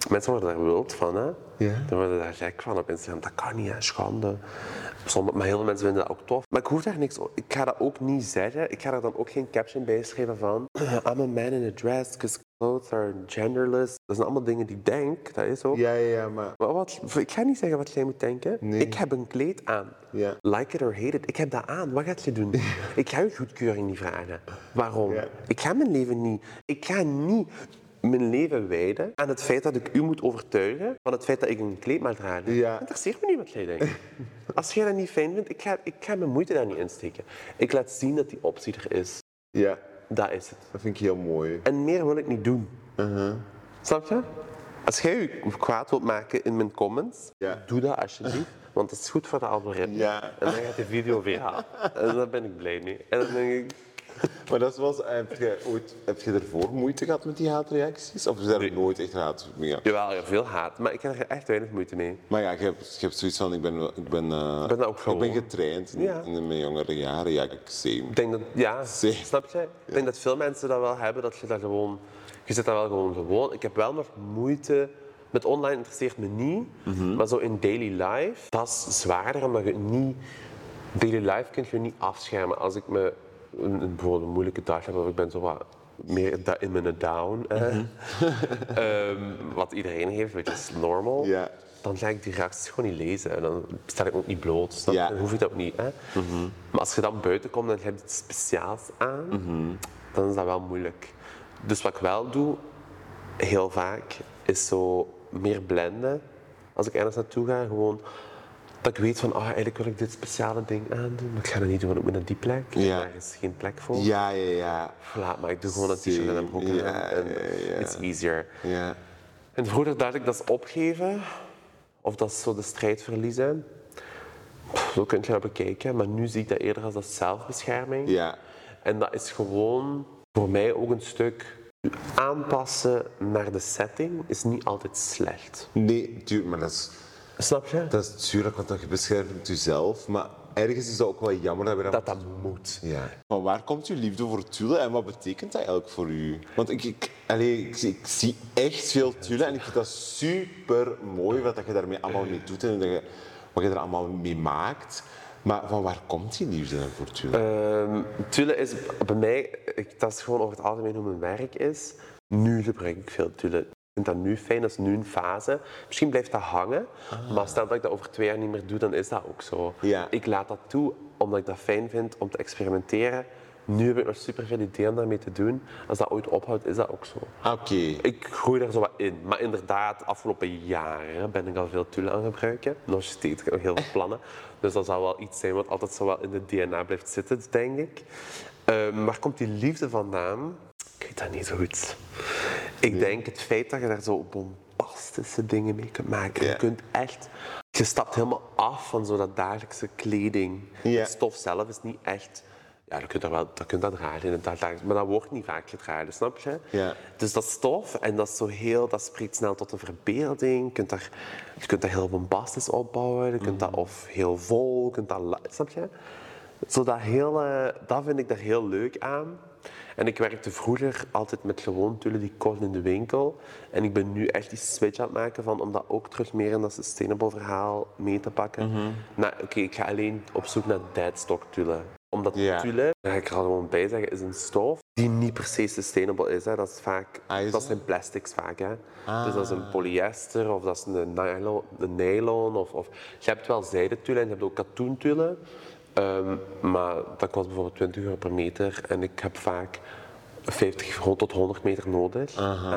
Mensen worden daar wild van, hè. Ja. Dan worden daar gek van op Instagram. Dat kan niet, hè, schande. Maar heel veel mensen vinden dat ook tof. Maar ik hoef daar niks op. Ik ga dat ook niet zeggen. Ik ga daar dan ook geen caption bij schrijven van I'm a man in a dress, because clothes are genderless. Dat zijn allemaal dingen die ik denk, dat is ook. Ja, maar... Maar ik ga niet zeggen wat jij moet denken. Nee. Ik heb een kleed aan. Ja. Like it or hate it. Ik heb dat aan. Wat gaat je doen? Ik ga je goedkeuring niet vragen. Waarom? Ja. Ik ga mijn leven niet... Ik ga niet mijn leven wijden aan het feit dat ik u moet overtuigen van het feit dat ik een kleed mag dragen. Ja. Het interesseert me niet wat jij denkt. Als jij dat niet fijn vindt, ik ga mijn moeite daar niet in steken. Ik laat zien dat die optie er is. Ja, Dat is het. dat vind ik heel mooi. En meer wil ik niet doen. Snap je? Als jij je kwaad wilt maken in mijn comments, Ja. doe dat alsjeblieft. Want dat is goed voor de algoritme. Ja. En dan gaat de video viraal. En daar ben ik blij mee. En dan denk ik... Maar dat was, heb je ervoor moeite gehad met die haatreacties? Of is er nooit echt haat mee gehad? Jawel, er veel haat, maar ik heb er echt weinig moeite mee. Maar ja, je hebt zoiets van, ik ben dat ook gewoon. ik ben getraind Ja. in mijn jongere jaren. Ja, ik zie. Ik denk dat, ja, Zie. snap je? Ik denk dat veel mensen dat wel hebben, dat je dat gewoon... Je zit daar wel gewoon. Ik heb wel nog moeite... Met online interesseert me niet, maar zo in daily life, dat is zwaarder, omdat je niet... Daily life kun je niet afschermen. Als ik bijvoorbeeld een moeilijke dag heb, of ik ben zo wat meer in mijn down, wat iedereen heeft, which is normal, Ja. dan ga ik die reacties gewoon niet lezen. En dan stel ik ook niet bloot. Snap je? Ja. Dan hoef ik dat ook niet. Hè? Maar als je dan buiten komt en je hebt iets speciaals aan, dan is dat wel moeilijk. Dus wat ik wel doe, heel vaak, is zo meer blenden. Als ik ergens naartoe ga, gewoon dat ik weet van, eigenlijk wil ik dit speciale ding aandoen, maar ik ga dat niet doen, want ik moet naar die plek. Ja. Daar is geen plek voor. Ja. Laat maar, ik doe gewoon een t-shirt en een broek aan en it's easier. Ja. En vroeger dacht ik dat is opgeven, of dat is zo de strijd verliezen. Zo kun je dat bekijken, maar nu zie ik dat eerder als zelfbescherming. Ja. En dat is gewoon voor mij ook een stuk aanpassen naar de setting is niet altijd slecht. Nee, tuurlijk, maar Snap je? dat is natuurlijk, want je beschermt jezelf. Maar ergens is dat ook wel jammer dat we Dat moet. Ja. Van waar komt uw liefde voor tulle en wat betekent dat eigenlijk voor u? Want ik zie echt veel tulle en ik vind dat super mooi wat je daarmee allemaal mee doet en wat je er allemaal mee maakt. Maar van waar komt die liefde dan voor tulle? Tulle is bij mij, dat is gewoon over het algemeen hoe mijn werk is. Nu gebruik ik veel tulle. Ik vind dat nu fijn, dat is nu een fase. Misschien blijft dat hangen, maar stel dat ik dat over 2 jaar niet meer doe, dan is dat ook zo. Ja. Ik laat dat toe omdat ik dat fijn vind om te experimenteren. Nu heb ik nog superveel ideeën om daarmee te doen. Als dat ooit ophoudt, is dat ook zo. Oké. Ik groei daar zo wat in. Maar inderdaad, de afgelopen jaren ben ik al veel tulle aan het gebruiken. Nog steeds, ik heb nog heel veel plannen. Dus dat zal wel iets zijn wat altijd zo wel in de DNA blijft zitten, denk ik. Waar komt die liefde vandaan? Ik weet dat niet zo goed. Ik denk het feit dat je daar zo bombastische dingen mee kunt maken. Ja. Je kunt echt... Je stapt helemaal af van zo dat dagelijkse kleding. Ja. Het stof zelf is niet echt... Ja, je kunt dat dragen in het dagelijks, maar dat wordt niet vaak gedragen, snap je? Ja. Dus dat stof, en dat is zo heel, dat spreekt snel tot de verbeelding. Je kunt dat heel bombastisch opbouwen, je kunt dat of heel vol, je kunt dat, snap je? Zo dat vind ik daar heel leuk aan. En ik werkte vroeger altijd met gewoon tullen die kocht in de winkel. En ik ben nu echt die switch aan het maken van om dat ook terug meer in dat sustainable verhaal mee te pakken. Nou, oké, ik ga alleen op zoek naar deadstock tullen. Omdat tullen, daar ga ik er al gewoon bij zeggen, is een stof die niet per se sustainable is. Hè. Dat is vaak, dat zijn plastics vaak. Hè. Dus dat is een polyester of dat is een nylon. Of je hebt wel zijdetullen en je hebt ook katoentullen. Maar dat kost bijvoorbeeld €20 per meter en ik heb vaak 50 tot 100 meter nodig.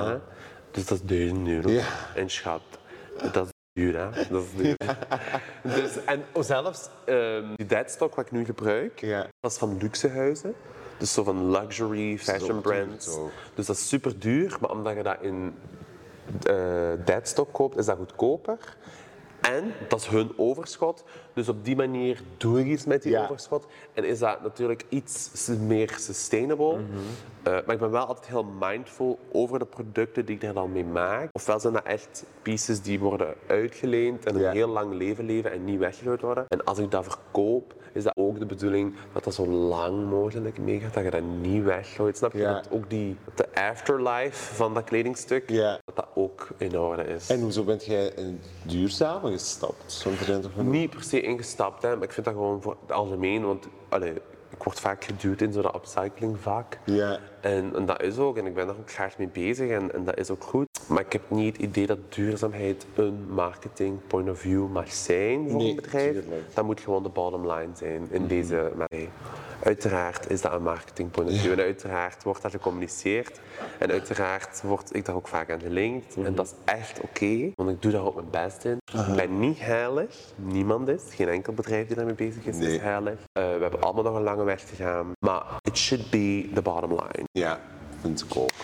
Dus dat is €1000. Ja. En schat, dat is duur, hè? Dat is duur. Dus, en zelfs die deadstock wat ik nu gebruik, dat is van luxehuizen. Dus zo van luxury fashion brands. Dus dat is super duur, maar omdat je dat in deadstock koopt, is dat goedkoper. En dat is hun overschot. Dus op die manier doe ik iets met die Ja. overschot. En is dat natuurlijk iets meer sustainable. Maar ik ben wel altijd heel mindful over de producten die ik er dan mee maak. Ofwel zijn dat echt pieces die worden uitgeleend en een Ja. heel lang leven en niet weggegooid worden. En als ik dat verkoop, is dat ook de bedoeling dat dat zo lang mogelijk meegaat, dat je dat niet weggooit. Snap je? Ja. Dat ook de afterlife van dat kledingstuk, Ja. dat dat ook in orde is. En hoezo bent jij in het duurzame gestapt? Want er zijn toch van- Niet per se ingestapt, hè, maar ik vind dat gewoon voor het algemeen, want ik word vaak geduwd in zo'n upcyclingvak. Ja. En dat is ook, en ik ben daar ook graag mee bezig en dat is ook goed. Maar ik heb niet het idee dat duurzaamheid een marketing point of view mag zijn voor Nee, een bedrijf. tuurlijk. Dat moet gewoon de bottom line zijn in deze maatschappij. Uiteraard is dat een marketing point of view en uiteraard wordt dat gecommuniceerd. En uiteraard word ik daar ook vaak aan gelinkt. En dat is echt oké, want ik doe daar ook mijn best in. Ik ben niet heilig, niemand is. Geen enkel bedrijf die daarmee bezig is, Nee. is heilig. We hebben allemaal nog een lange weg te gaan. Maar it should be the bottom line. Ja, vind ik ook.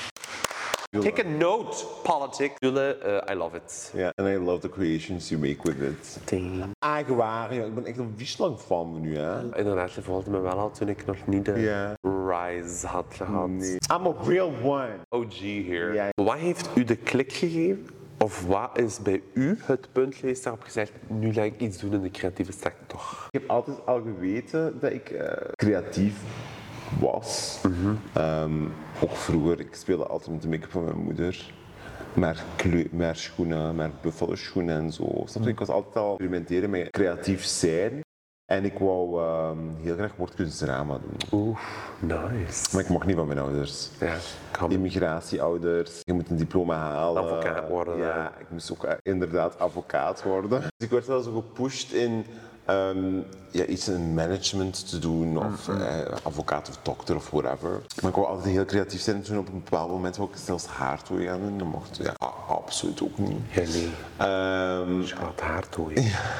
Take a note, politics. Jule, I love it. Ja, and I love the creations you make with it. Aangewaar, ja, ik ben echt een vieslang fan nu, hè. Inderdaad, je volgde me wel al toen ik nog niet de Ja. rise had gehad. Nee. I'm a real one. OG hier. Ja. Wat heeft u de klik gegeven? Of wat is bij u het punt geweest waarop je zegt, nu ga ik iets doen in de creatieve sector? Ik heb altijd al geweten dat ik creatief was. Ook vroeger, ik speelde altijd met de make-up van mijn moeder. Met schoenen, met buffalo schoenen en zo. Snap je? Ik was altijd al experimenteren met creatief zijn. En ik wou heel graag woordkunstdrama doen. Oeh, nice. Maar ik mocht niet van mijn ouders. Ja, kan. Immigratieouders, je moet een diploma halen. Advocaat worden, Ja, ik moest ook inderdaad advocaat worden. Dus ik werd wel zo gepusht in iets in management te doen, of advocaat of dokter of whatever. Maar ik wou altijd heel creatief zijn en toen op een bepaald moment wou ik zelfs haartooi gaan doen. Dat mocht, ja, absoluut ook niet. Ja, nee. Ehm, Je gaat haar toe.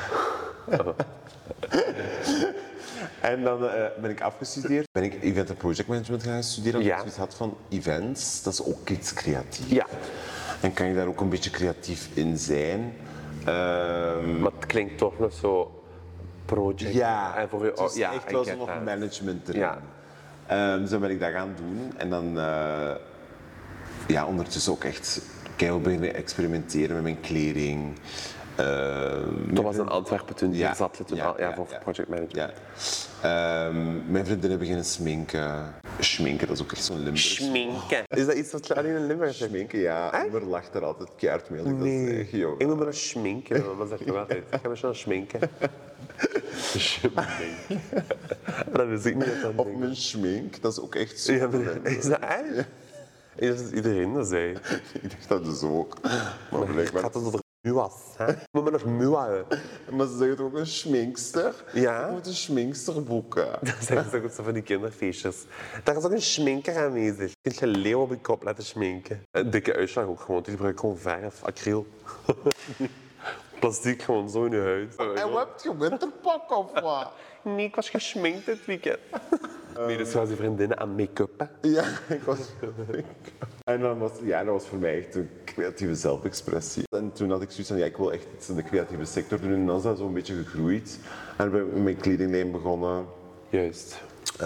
En dan ben ik afgestudeerd. Ben ik event en project management gaan studeren. Omdat Ja. ik zoiets had van events, dat is ook iets creatief. Ja, En kan je daar ook een beetje creatief in zijn. maar het klinkt toch nog zo project. Ja, En voor je, het is ja, echt I wel get zo nog that. management erin. Ja. Dus dan ben ik dat gaan doen. En dan ondertussen ook echt keihard beginnen experimenteren met mijn kleding. Dat was in Antwerpen toen, Ja. hier zat je toen Ja, al, ja, ja, voor ja. project management. Ja. Mijn vriendinnen beginnen sminken. Schminken, dat is ook echt zo'n Limburgs. Schminken. Is dat iets wat je alleen in Limburg zegt? Schminken, ja. Amber lacht er altijd keihard mee als ik dat zeg. Joh. Ik moet me nog schminken, mama zegt toch altijd. Ik ga me snel schminken. Schminken. Dat wist ik niet dat dat Of ding. mijn schmink, dat is ook echt zo. Ja, maar is dat echt? Is dat iedereen dat zei? Ik dacht dat dus ook. Maar blijkbaar. Gaat het over muas, hè? Ik moet me nog mua. Maar ze zeggen toch ook een schminkster? Ja. Ik moet een schminkster boeken. Dat zeggen ze ook zo van die kinderfeestjes. Daar is ook een schminker aanwezig. Je kunt je leeuw op je kop laten schminken. Een dikke uitslag ook gewoon. Die gebruikt gewoon verf, acryl. Plastiek gewoon zo in je huid. En wat heb je winterpak of wat? Nee, ik was geschminkt dit weekend. Nee, dus was die vriendinnen aan make-up. Ja, ik was. En dan was, dat was voor mij echt een creatieve zelfexpressie. En toen had ik zoiets van, ik wil echt iets in de creatieve sector doen. En dan is dat zo'n beetje gegroeid. En ben ik met mijn kledinglijn begonnen. Juist.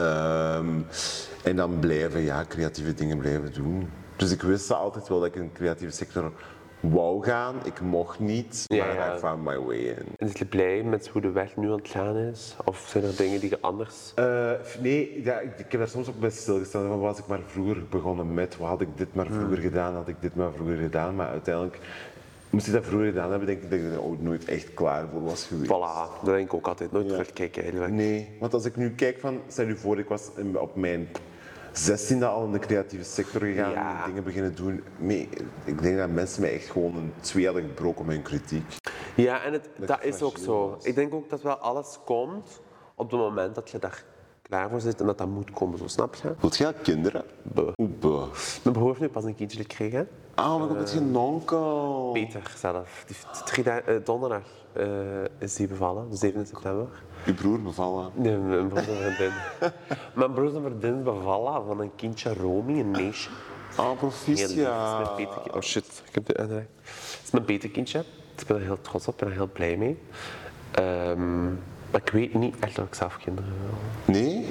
En dan creatieve dingen blijven doen. Dus ik wist altijd wel dat ik in de creatieve sector wou gaan. Ik mocht niet, Ja, maar ja. I found my way in. En is je blij met hoe de weg nu aan het gaan is? Of zijn er dingen die je anders... Nee, ik heb daar soms ook bij stilgestaan. Van, was ik maar vroeger begonnen met, wat had ik dit maar vroeger gedaan, had ik dit maar vroeger gedaan. Maar uiteindelijk, moest ik dat vroeger gedaan hebben, denk ik dat ik er ook nooit echt klaar voor was geweest. Voilà, dat denk ik ook altijd. Nooit Ja. terugkijken eigenlijk. Nee, want als ik nu kijk van, stel je voor, ik was op mijn 16e al in de creatieve sector gegaan, Ja. dingen beginnen doen. Nee, ik denk dat mensen mij echt gewoon een 2 hadden gebroken op mijn kritiek. Ja, en dat is ook fragile zo. was. Ik denk ook dat wel alles komt op het moment dat je daar klaar voor zit en dat dat moet komen, zo snap je? Wilt jij kinderen? Buh. Buh. Mijn broer heeft nu pas een kindje gekregen. Ah, maar ik heb geen onkel. Peter zelf. Die heeft 3 dagen, donderdag is die bevallen, de 7 september. Uw broer bevallen. Nee, mijn broer en vriendin. Mijn broer en vriendin is bevallen van een kindje Romy, een meisje. Ah, Heel lief. Het is proficiat. mijn peterkindje. Oh shit, ik heb de uitleg. Het is mijn peterkindje. Ik ben er heel trots op, ik ben er heel blij mee. Maar ik weet niet echt dat ik zelf kinderen wil. Nee?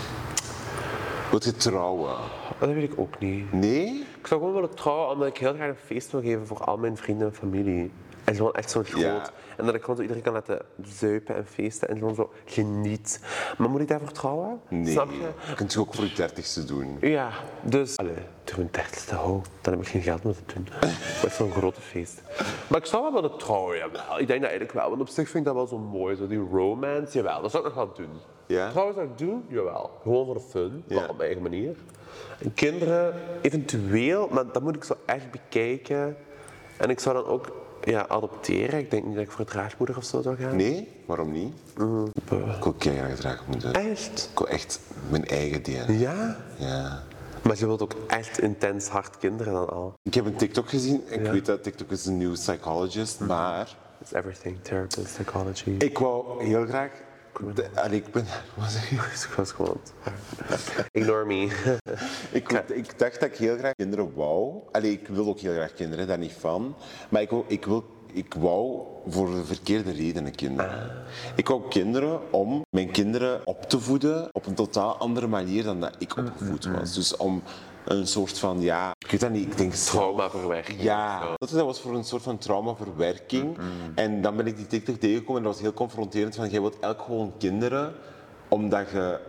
Wilt je trouwen? Dat weet ik ook niet. Nee? Ik zou gewoon willen trouwen omdat ik heel graag een feest wil geven voor al mijn vrienden en familie. En gewoon echt zo'n groot. Ja. En dat ik gewoon zo iedereen kan laten zuipen en feesten en gewoon zo geniet. Maar moet ik daarvoor trouwen? Nee. Snap je? Dat kun je ook voor je 30ste doen. Ja, dus... Allee, toen mijn 30ste, dan heb ik geen geld meer te doen. Dat is zo'n grote feest. Maar ik zou wel willen trouwen, jawel. Ik denk dat eigenlijk wel, want op zich vind ik dat wel zo mooi. Zo die romance, jawel, dat zou ik nog wel doen. Ja? Trouwen zou ik doen? Jawel. Gewoon voor de fun, Ja. maar op mijn eigen manier. En kinderen, eventueel, maar dat moet ik zo echt bekijken. En ik zou dan ook adopteren. Ik denk niet dat ik voor draagmoeder of zo zou gaan. Nee? Waarom niet? Ik wil keihard draagmoeder. Echt? Ik wil echt mijn eigen DNA. Ja? Ja. Maar je wilt ook echt intens hard kinderen dan al. Ik heb een TikTok gezien. Ik Ja. weet dat TikTok is een nieuwe psychologist, maar It's everything, therapist, psychology. ik wou heel graag... ik ben... Wat zeg je? Ik was gewoon... Ignore me. Ik dacht dat ik heel graag kinderen wou. Ik wil ook heel graag kinderen, daar niet van. Maar ik wou voor de verkeerde redenen kinderen. Ik wou kinderen om mijn kinderen op te voeden op een totaal andere manier dan dat ik opgevoed was. Dus om een soort van, ik weet dat niet, ik denk... Traumaverwerking. Ja, dat was voor een soort van traumaverwerking. En dan ben ik die TikTok tegengekomen en dat was heel confronterend. Van, jij wilt elk gewoon kinderen, omdat je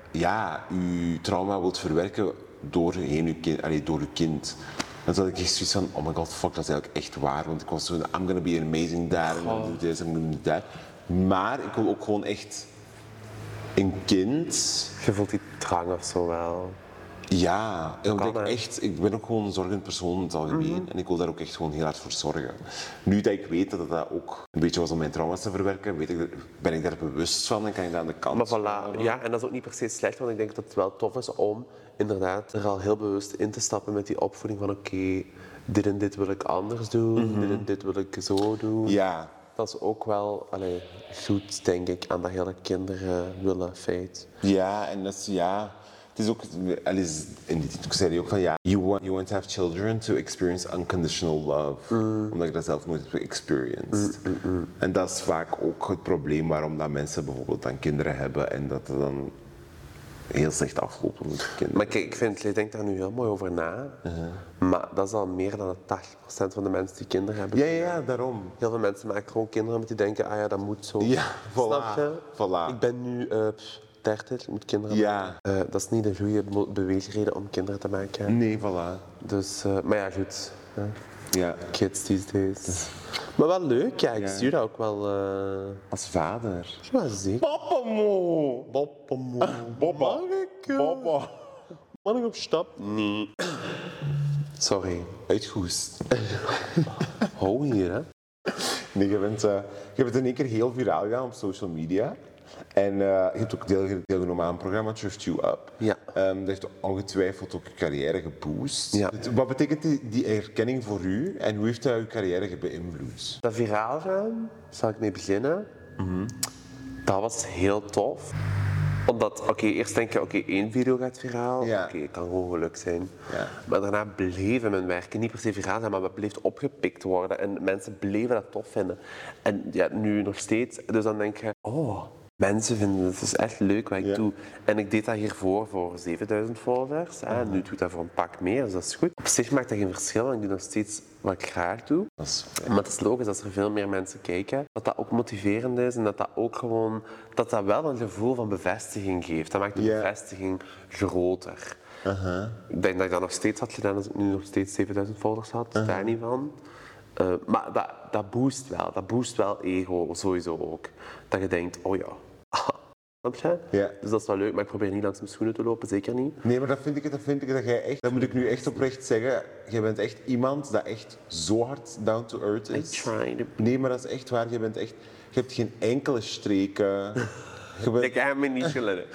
je trauma wilt verwerken door je kind. En toen had ik echt zoiets van, oh my god, fuck, dat is eigenlijk echt waar. Want ik was zo, I'm gonna be an amazing dad, I'm gonna do this, I'm gonna do that. Maar ik wil ook gewoon echt een kind. Je voelt die drang of zo wel. Ja, omdat Kan, hè? ik ben ook gewoon een zorgend persoon in het algemeen. En ik wil daar ook echt gewoon heel hard voor zorgen. Nu dat ik weet dat dat ook een beetje was om mijn trauma's te verwerken, ben ik daar bewust van en kan ik dat aan de kant Maar schuiven. voilà, ja, en dat is ook niet per se slecht, want ik denk dat het wel tof is om inderdaad er al heel bewust in te stappen met die opvoeding van oké, dit en dit wil ik anders doen, dit en dit wil ik zo doen. Ja, Dat is ook wel goed, denk ik, aan dat hele kinderen willen feit. ja, en dat is, het is ook, Alice, in die TikTok zei hij ook van, you want to have children to experience unconditional love. Omdat je dat zelf nooit hebt experienced. En dat is vaak ook het probleem waarom dat mensen bijvoorbeeld dan kinderen hebben en dat er dan heel slecht aflopen met de kinderen. Maar kijk, ik denk daar nu heel mooi over na. Maar dat is al meer dan 80% van de mensen die kinderen hebben. Ja, daarom. Heel veel mensen maken gewoon kinderen omdat die denken, dat moet zo. Ja, Snap voilà. je? Voilà. Ik ben nu 30, ik moet kinderen Ja. maken. Dat is niet een goede beweegreden om kinderen te maken. Nee, voilà. Dus, maar ja, goed. Ja. Kids these days. Maar wel leuk, ja. Ik zie dat ook wel. Als vader. Ja, zeker. Papamoe! Boppemoe. Bobba. Mag ik? Bobba. Mag ik op stap? Nee. Sorry. Uitgehoest. Hou hier, hè. Nee, je bent in één keer heel viraal gegaan op social media. En je hebt ook deelgenomen aan een programma, Thrift You Up. Ja. Dat heeft ongetwijfeld ook je carrière geboost. Ja. Wat betekent die erkenning voor u en hoe heeft dat uw carrière beïnvloed? Dat viraal gaan, zal ik mee beginnen. Dat was heel tof. Omdat, eerst denk je, één video gaat viraal. Ja. Het kan gewoon geluk zijn. Ja. Maar daarna bleven mijn werken niet per se viraal zijn, maar het bleef opgepikt worden. En mensen bleven dat tof vinden. En ja, nu nog steeds. Dus dan denk je, mensen vinden het dus echt leuk wat ik doe. En ik deed dat hiervoor voor 7000 volgers. En nu doe ik dat voor een pak meer, dus dat is goed. Op zich maakt dat geen verschil, want ik doe nog steeds wat ik graag doe. Dat is Maar het is logisch als er veel meer mensen kijken, dat dat ook motiverend is en dat dat ook gewoon, dat dat wel een gevoel van bevestiging geeft. Dat maakt de bevestiging groter. Ik denk dat ik dat nog steeds had gedaan als ik nu nog steeds 7000 volgers had, daar niet van. Maar dat boost wel. Dat boost wel ego, sowieso ook. Dat je denkt, snap je? Ja. Dus dat is wel leuk, maar ik probeer niet langs mijn schoenen te lopen, zeker niet. Nee, maar dat vind ik dat jij echt, dat moet ik nu echt oprecht zeggen, jij bent echt iemand dat echt zo hard down to earth I is. try to... Nee, maar dat is echt waar, je hebt geen enkele streken. Ik heb me niet geleden.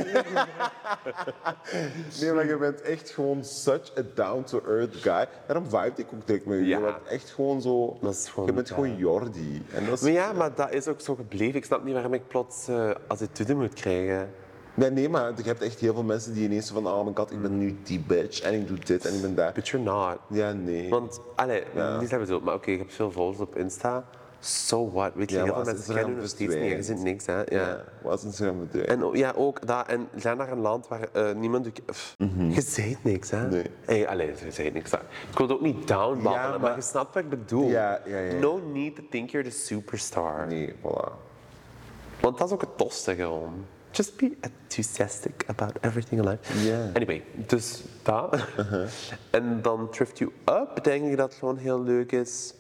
Nee, maar je bent echt gewoon such a down-to-earth guy. Daarom vibe ik ook direct met je. Ja. Je bent echt gewoon zo... Dat is gewoon, je bent gewoon Jordi. En dat is... Maar ja, maar dat is ook zo gebleven. Ik snap niet waarom ik plots attitude moet krijgen. Nee, maar je hebt echt heel veel mensen die ineens zo van, oh my god, ik ben nu die bitch en ik doe dit en ik ben daar. But you're not. Ja, nee. Want, niet dat bedoeld, maar oké, je hebt veel volgers op Insta. So what? Weet je, Ja, heel maar veel als mensen kennen je nog steeds niet. Je verdwijnt. zit niks, hè. Ja. Wat is Instagram bedrijf? En ja, ook dat. En ga naar een land waar niemand... Je zegt niks, hè. Nee. Hey, je zegt niks. Ik wil het ook niet downbabbelen, Ja, maar je snapt wat ik bedoel. Ja. No need to think you're the superstar. Nee, voilà. Want dat is ook het tofste gewoon. Just be enthusiastic about everything in life. Ja. Anyway, dus dat. En dan Thrift You Up, denk ik dat het gewoon heel leuk is.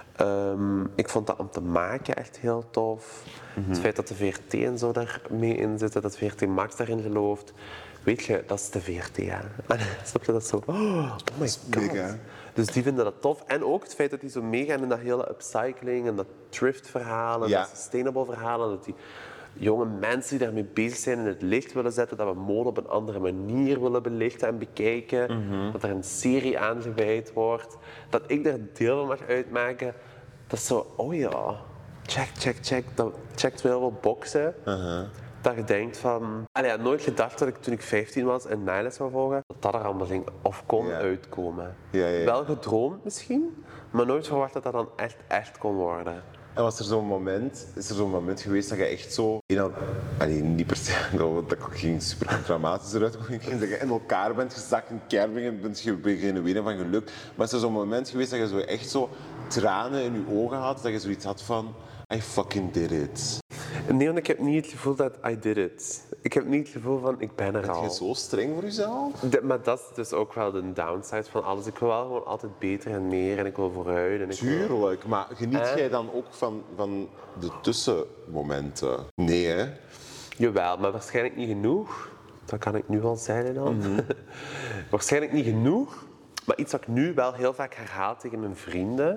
Ik vond dat om te maken echt heel tof. Het feit dat de VRT en zo daar mee in zitten, dat VRT Max daarin gelooft. Weet je, dat is de VRT, hè. Snap je dat zo? Oh my god. mega. Dus die vinden dat tof. En ook het feit dat die zo meegaan in dat hele upcycling en dat thrift-verhaal en Ja. dat sustainable verhaal. En dat die jonge mensen die daarmee bezig zijn in het licht willen zetten, dat we mode op een andere manier willen belichten en bekijken. Dat er een serie aan gewijd wordt. Dat ik daar deel van mag uitmaken. Dat is zo, oh ja, check. Dat checkt wel wat boxen. Dat je denkt van... Allee, ik had nooit gedacht dat ik toen ik 15 was en Nijles zou volgen, dat er allemaal ging of kon Ja. uitkomen. Ja. Wel gedroomd misschien, maar nooit verwacht dat dat dan echt kon worden. En was er zo'n moment, is er zo'n moment geweest dat je echt zo, niet per se, dat ging super dramatisch eruit, dat je in elkaar bent gezakt in kerving en bent je beginnen wenen van geluk. Maar is er zo'n moment geweest dat je zo echt zo tranen in je ogen had, dat je zoiets had van, I fucking did it. Nee, want ik heb niet het gevoel dat I did it. Ik heb niet het gevoel van ik ben er Ben je al. zo streng voor jezelf? Maar dat is dus ook wel de downside van alles. Ik wil wel gewoon altijd beter en meer en ik wil vooruit. En ik wil... Tuurlijk, maar geniet jij dan ook van de tussenmomenten? Nee, hè? Jawel, maar waarschijnlijk niet genoeg. Dat kan ik nu al zeggen dan. Waarschijnlijk niet genoeg. Maar iets wat ik nu wel heel vaak herhaal tegen mijn vrienden,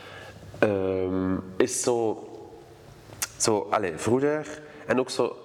is vroeger en ook zo.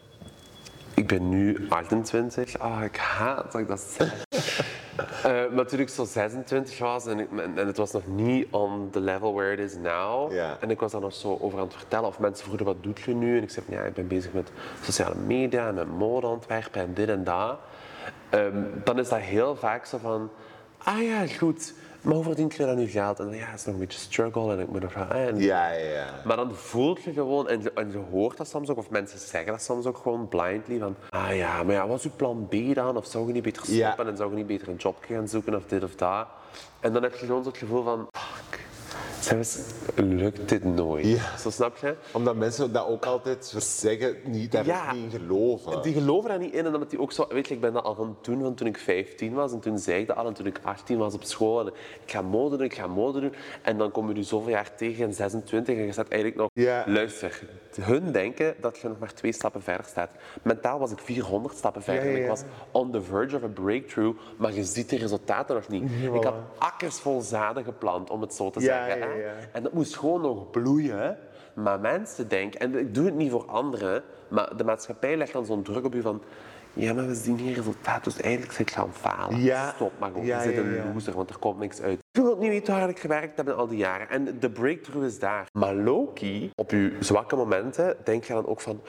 Ik ben nu 28. Ik haat dat ik dat zeg. Maar toen ik zo 26 was en het was nog niet on the level where it is now. Ja. En ik was daar nog zo over aan het vertellen of mensen vroegen wat doet je nu? En ik zei van ja, ik ben bezig met sociale media en met modeontwerpen en dit en dat. Dan is dat heel vaak zo van, ah ja, goed. Maar hoe verdient je dan nu geld? En dan, ja, het is nog een beetje struggle en ik moet nog gaan. Ja. Maar dan voelt je gewoon, en je hoort dat soms ook, of mensen zeggen dat soms ook gewoon blindly, van ah ja, maar ja, wat is uw plan B dan? Of zou je niet beter stoppen en zou je niet beter een job gaan zoeken of dit of dat? En dan heb je gewoon zo het gevoel van, fuck, zelfs lukt dit nooit. Ja. Zo snap je? Omdat mensen dat ook altijd zeggen, daar Ja. niet in geloven. Die geloven daar niet in en omdat die ook zo... Weet je, ik ben dat al van toen ik 15 was en toen zei ik dat al en toen ik 18 was op school. En ik ga mode doen. En dan kom je nu zoveel jaar tegen in 26 en je staat eigenlijk nog... Ja. Luister, hun denken dat je nog maar 2 stappen verder staat. Mentaal was ik 400 stappen verder en ik was on the verge of a breakthrough, maar je ziet de resultaten nog niet. Ik had akkers vol zaden geplant, om het zo te zeggen. Hè? Ja. En dat moest gewoon nog bloeien. Maar mensen denken, en ik doe het niet voor anderen, maar de maatschappij legt dan zo'n druk op je van ja, maar we zien geen resultaat, dus eigenlijk zit je aan het falen. Ja. Stop maar gewoon, Ja, je zit een ja. loser, want er komt niks uit. Je wilt niet weten hoe hard ik gewerkt heb in al die jaren. En de breakthrough is daar. Maar low-key, op je zwakke momenten, denk je dan ook van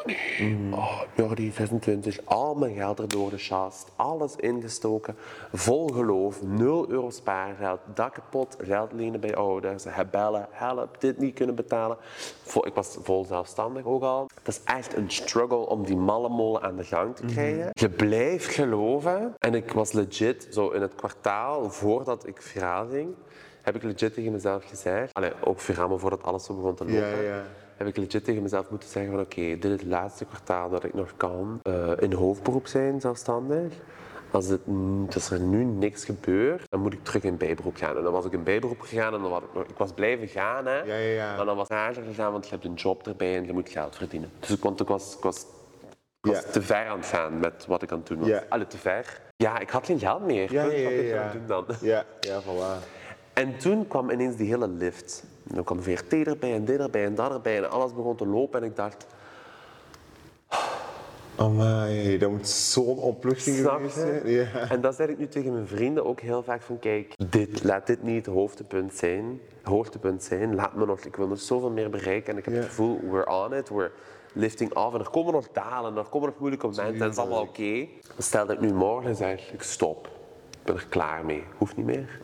Jordi, 26, al mijn geld erdoor de chast, alles ingestoken, vol geloof, 0 euro spaargeld, dak kapot, geld lenen bij ouders, bellen, help, dit niet kunnen betalen. Ik was vol zelfstandig ook al. Het is echt een struggle om die malle molen aan de gang te krijgen. Je blijft geloven. En ik was legit, zo in het kwartaal voordat ik viraal ging, heb ik legit tegen mezelf gezegd, ook viraal, maar voordat alles zo begon te lopen, Ja. heb ik legit tegen mezelf moeten zeggen van oké, dit is het laatste kwartaal dat ik nog kan in hoofdberoep zijn, zelfstandig. Als er nu niks gebeurt, dan moet ik terug in bijberoep gaan. En dan was ik in bijberoep gegaan en dan ik was blijven gaan. Hè. Ja. Maar dan was ik harder gegaan, want je hebt een job erbij en je moet geld verdienen. Dus ik was te ver aan het gaan met wat ik aan het doen was. Ja. Te ver. Ja, ik had geen geld meer. Ja. Wat ik aan het doen dan? Ja, voilà. En toen kwam ineens die hele lift. En dan kwam VRT erbij en dit erbij en dat erbij en alles begon te lopen en ik dacht... Amai, dat moet zo'n opluchting Snap geweest je? zijn. Ja. En dat zeg ik nu tegen mijn vrienden ook heel vaak van kijk, laat dit niet het hoogtepunt zijn. Laat me nog, ik wil nog zoveel meer bereiken en ik heb het gevoel, we're on it, we're lifting off en er komen nog dalen, er komen nog moeilijke momenten en het is allemaal oké. Stel dat ik nu morgen zeg, ik stop, ik ben er klaar mee, hoeft niet meer.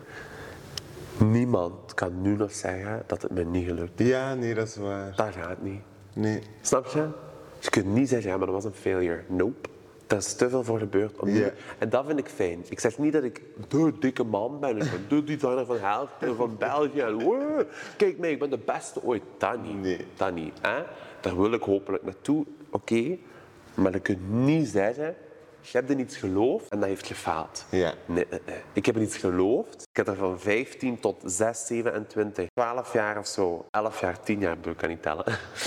Niemand kan nu nog zeggen dat het me niet gelukt is. Ja, nee, dat is waar. Dat gaat niet. Nee. Snap je? Je kunt niet zeggen, ja, maar dat was een failure. Nope. Er is te veel voor gebeurd. En dat vind ik fijn. Ik zeg niet dat ik de dikke man ben. Ik ben de designer van Helft van België. En, kijk mij, ik ben de beste ooit. Dat niet. Nee. Dat niet. Hè? Daar wil ik hopelijk naartoe. Oké. Maar je kunt niet zeggen, je hebt in iets geloofd en dat heeft gefaald. Ja. Nee. Ik heb in iets geloofd. Ik heb er van 15 tot 6, 27, 12 jaar of zo, 11 jaar, 10 jaar, ik kan niet tellen.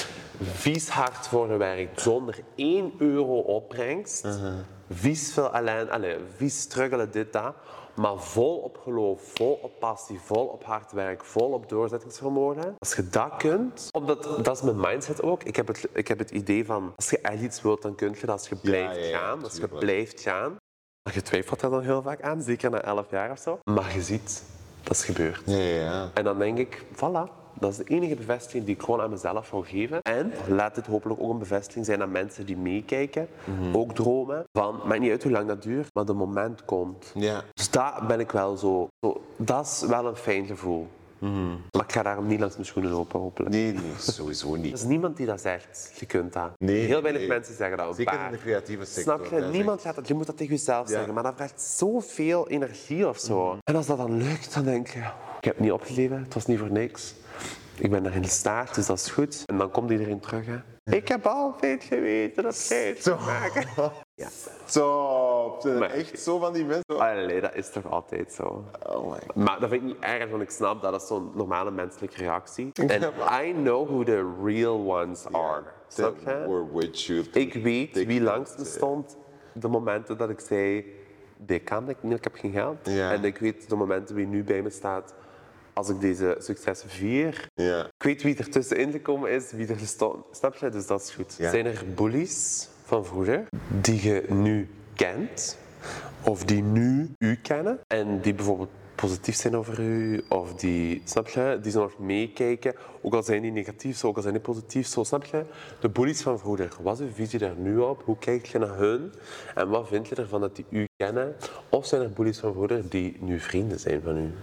Vies hard voor gewerkt, zonder 1 euro opbrengst. Vies veel vies struggelen, dit, dat. Maar vol op geloof, vol op passie, vol op hard werk, vol op doorzettingsvermogen. Als je dat kunt, dat is mijn mindset ook. Ik heb het idee van, als je echt iets wilt, dan kun je dat als je blijft gaan. Als je blijft gaan. Maar je twijfelt er dan heel vaak aan, zeker na 11 jaar of zo. Maar je ziet, dat is gebeurd. Ja. En dan denk ik, voilà. Dat is de enige bevestiging die ik gewoon aan mezelf wil geven. En laat dit hopelijk ook een bevestiging zijn aan mensen die meekijken. Ook dromen. Van, maakt niet uit hoe lang dat duurt, maar de moment komt. Ja. Dus daar ben ik wel zo. Dat is wel een fijn gevoel. Maar ik ga daarom niet langs mijn schoenen lopen, hopelijk. Nee, sowieso Er niet. is niemand die dat zegt. Je kunt dat. Nee, Heel weinig nee. mensen zeggen dat. Een Zeker paar. in de creatieve sector. Snap je? Dat is Niemand echt- gaat dat. Je moet dat tegen jezelf zeggen. Maar dat vraagt zoveel energie of zo. En als dat dan lukt, dan denk je... Ik heb het niet opgegeven. Het was niet voor niks. Ik ben erin gestaard, dus dat is goed. En dan komt iedereen terug. Hè. Ik heb altijd geweten dat jij het zou maken. Ja. Top. Zijn er Maar- echt zo van die mensen? Allee, dat is toch altijd zo. Oh my god. Maar dat vind ik niet erg, want ik snap dat is zo'n normale menselijke reactie. En I know who the real ones are. Snap That je? were with you. Ik weet Dik wie dat, langs me stond de momenten dat ik zei, dit kan ik niet, ik heb geen geld. Ja. En ik weet de momenten wie nu bij me staat als ik deze successen vier. Ja. Ik weet wie er tussenin gekomen is, wie er gestond. Snap je? Dus dat is goed. Ja. Zijn er bullies van vroeger die je nu kent? Of die nu u kennen en die bijvoorbeeld positief zijn over u, of die, snap je, die zo nog meekijken, ook al zijn die negatief zo, ook al zijn die positief zo, snap je? De bullies van vroeger, wat is uw visie daar nu op? Hoe kijk je naar hun? En wat vind je ervan dat die u kennen? Of zijn er bullies van vroeger die nu vrienden zijn van u?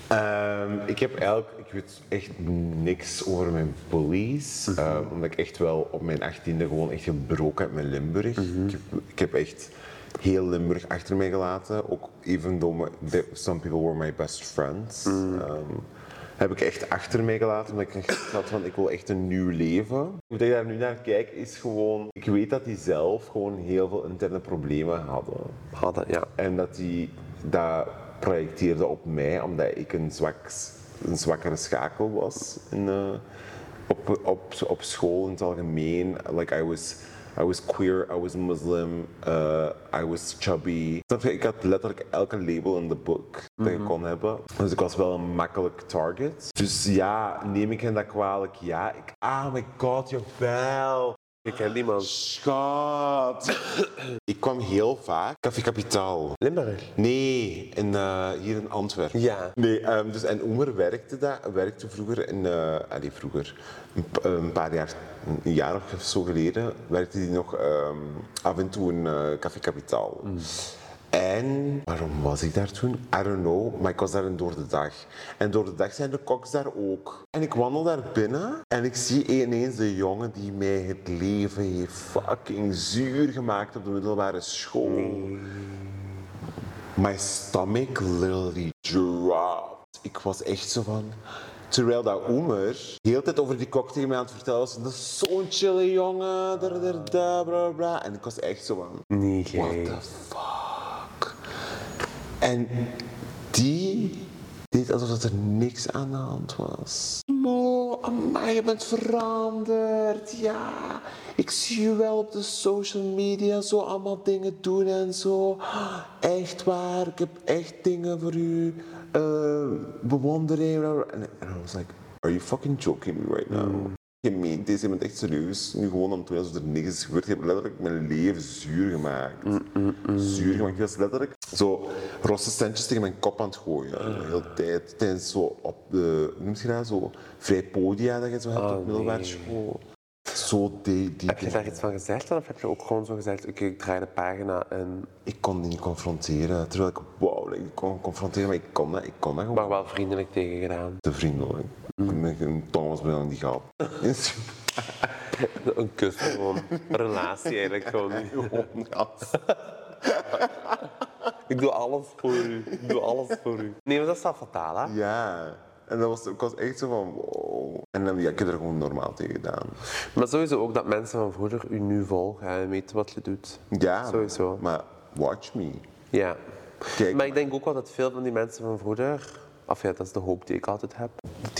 Ik weet echt niks over mijn bullies. Omdat ik echt wel op mijn 18e gewoon echt gebroken heb met Limburg. Ik heb echt heel Limburg achter mij gelaten. Ook even though some people were my best friends. Heb ik echt achter mij gelaten, omdat ik echt had van, ik wil echt een nieuw leven. Hoe ik daar nu naar kijk, is gewoon... Ik weet dat die zelf gewoon heel veel interne problemen hadden. Ja. En dat die dat projecteerde op mij, omdat ik een zwakkere schakel was op school in het algemeen. Like I was queer, I was Muslim, I was chubby. Snap je? Ik had letterlijk elke label in de boek dat je kon hebben. Dus ik was wel een makkelijk target. Dus ja, neem ik hen dat kwalijk? Ja. Oh my god, jawel. Ik ken niemand. Schat. Ik kwam heel vaak. Café Kapitaal. Limburg? Nee, hier in Antwerpen. Ja. Nee, dus en Oemer werkte vroeger een paar jaar, een jaar of zo geleden, werkte hij nog af en toe in Café Kapitaal. En waarom was ik daar toen? I don't know, maar ik was daar in Door de Dag. En Door de Dag zijn de koks daar ook. En ik wandel daar binnen en ik zie ineens de jongen die mij het leven heeft fucking zuur gemaakt op de middelbare school. My stomach literally dropped. Ik was echt zo van... Terwijl dat Oemer de hele tijd over die kok tegen mij aan het vertellen was. Dat is zo'n chille jongen, bla bla bla. En ik was echt zo van... Nee, What jij. the fuck? En die deed alsof er niks aan de hand was. Mo, amai, je bent veranderd. Ja, ik zie je wel op de social media zo allemaal dingen doen en zo. Echt waar, ik heb echt dingen voor u. Bewondering. En I was like, are you fucking joking me right now? Je meent deze, je bent echt serieus nu gewoon aan het doen alsof er niks is gebeurd. Je hebt letterlijk mijn leven zuur gemaakt. Zuur gemaakt. Ik was letterlijk zo rosse centjes tegen mijn kop aan het gooien. De hele tijd. Tijdens zo op de, hoe noem je dat? Zo vrij podia dat je zo hebt op middelbare school. Zo die Heb je daar iets van gezegd dan? Of heb je ook gewoon zo gezegd, oké, ik draai de pagina en... Ik kon die niet confronteren. Terwijl ik wou dat ik kon confronteren, maar ik kon dat gewoon. Maar wel vriendelijk tegen gedaan. Te vriendelijk. Met een Thomas ben die gehad. Een kus gewoon. Een relatie eigenlijk gewoon. Ik doe alles voor u. Ik doe alles voor u. Nee, maar dat is wel fataal, hè? Ja. En dat was, ik was echt zo van wow. En dan, ja, ik heb er gewoon normaal tegen gedaan. Maar sowieso ook dat mensen van vroeger u nu volgen en weten wat je doet. Ja, Sowieso. maar watch me. Ja. Kijk. Maar ik denk ook wel dat veel van die mensen van vroeger, of ja, dat is de hoop die ik altijd heb,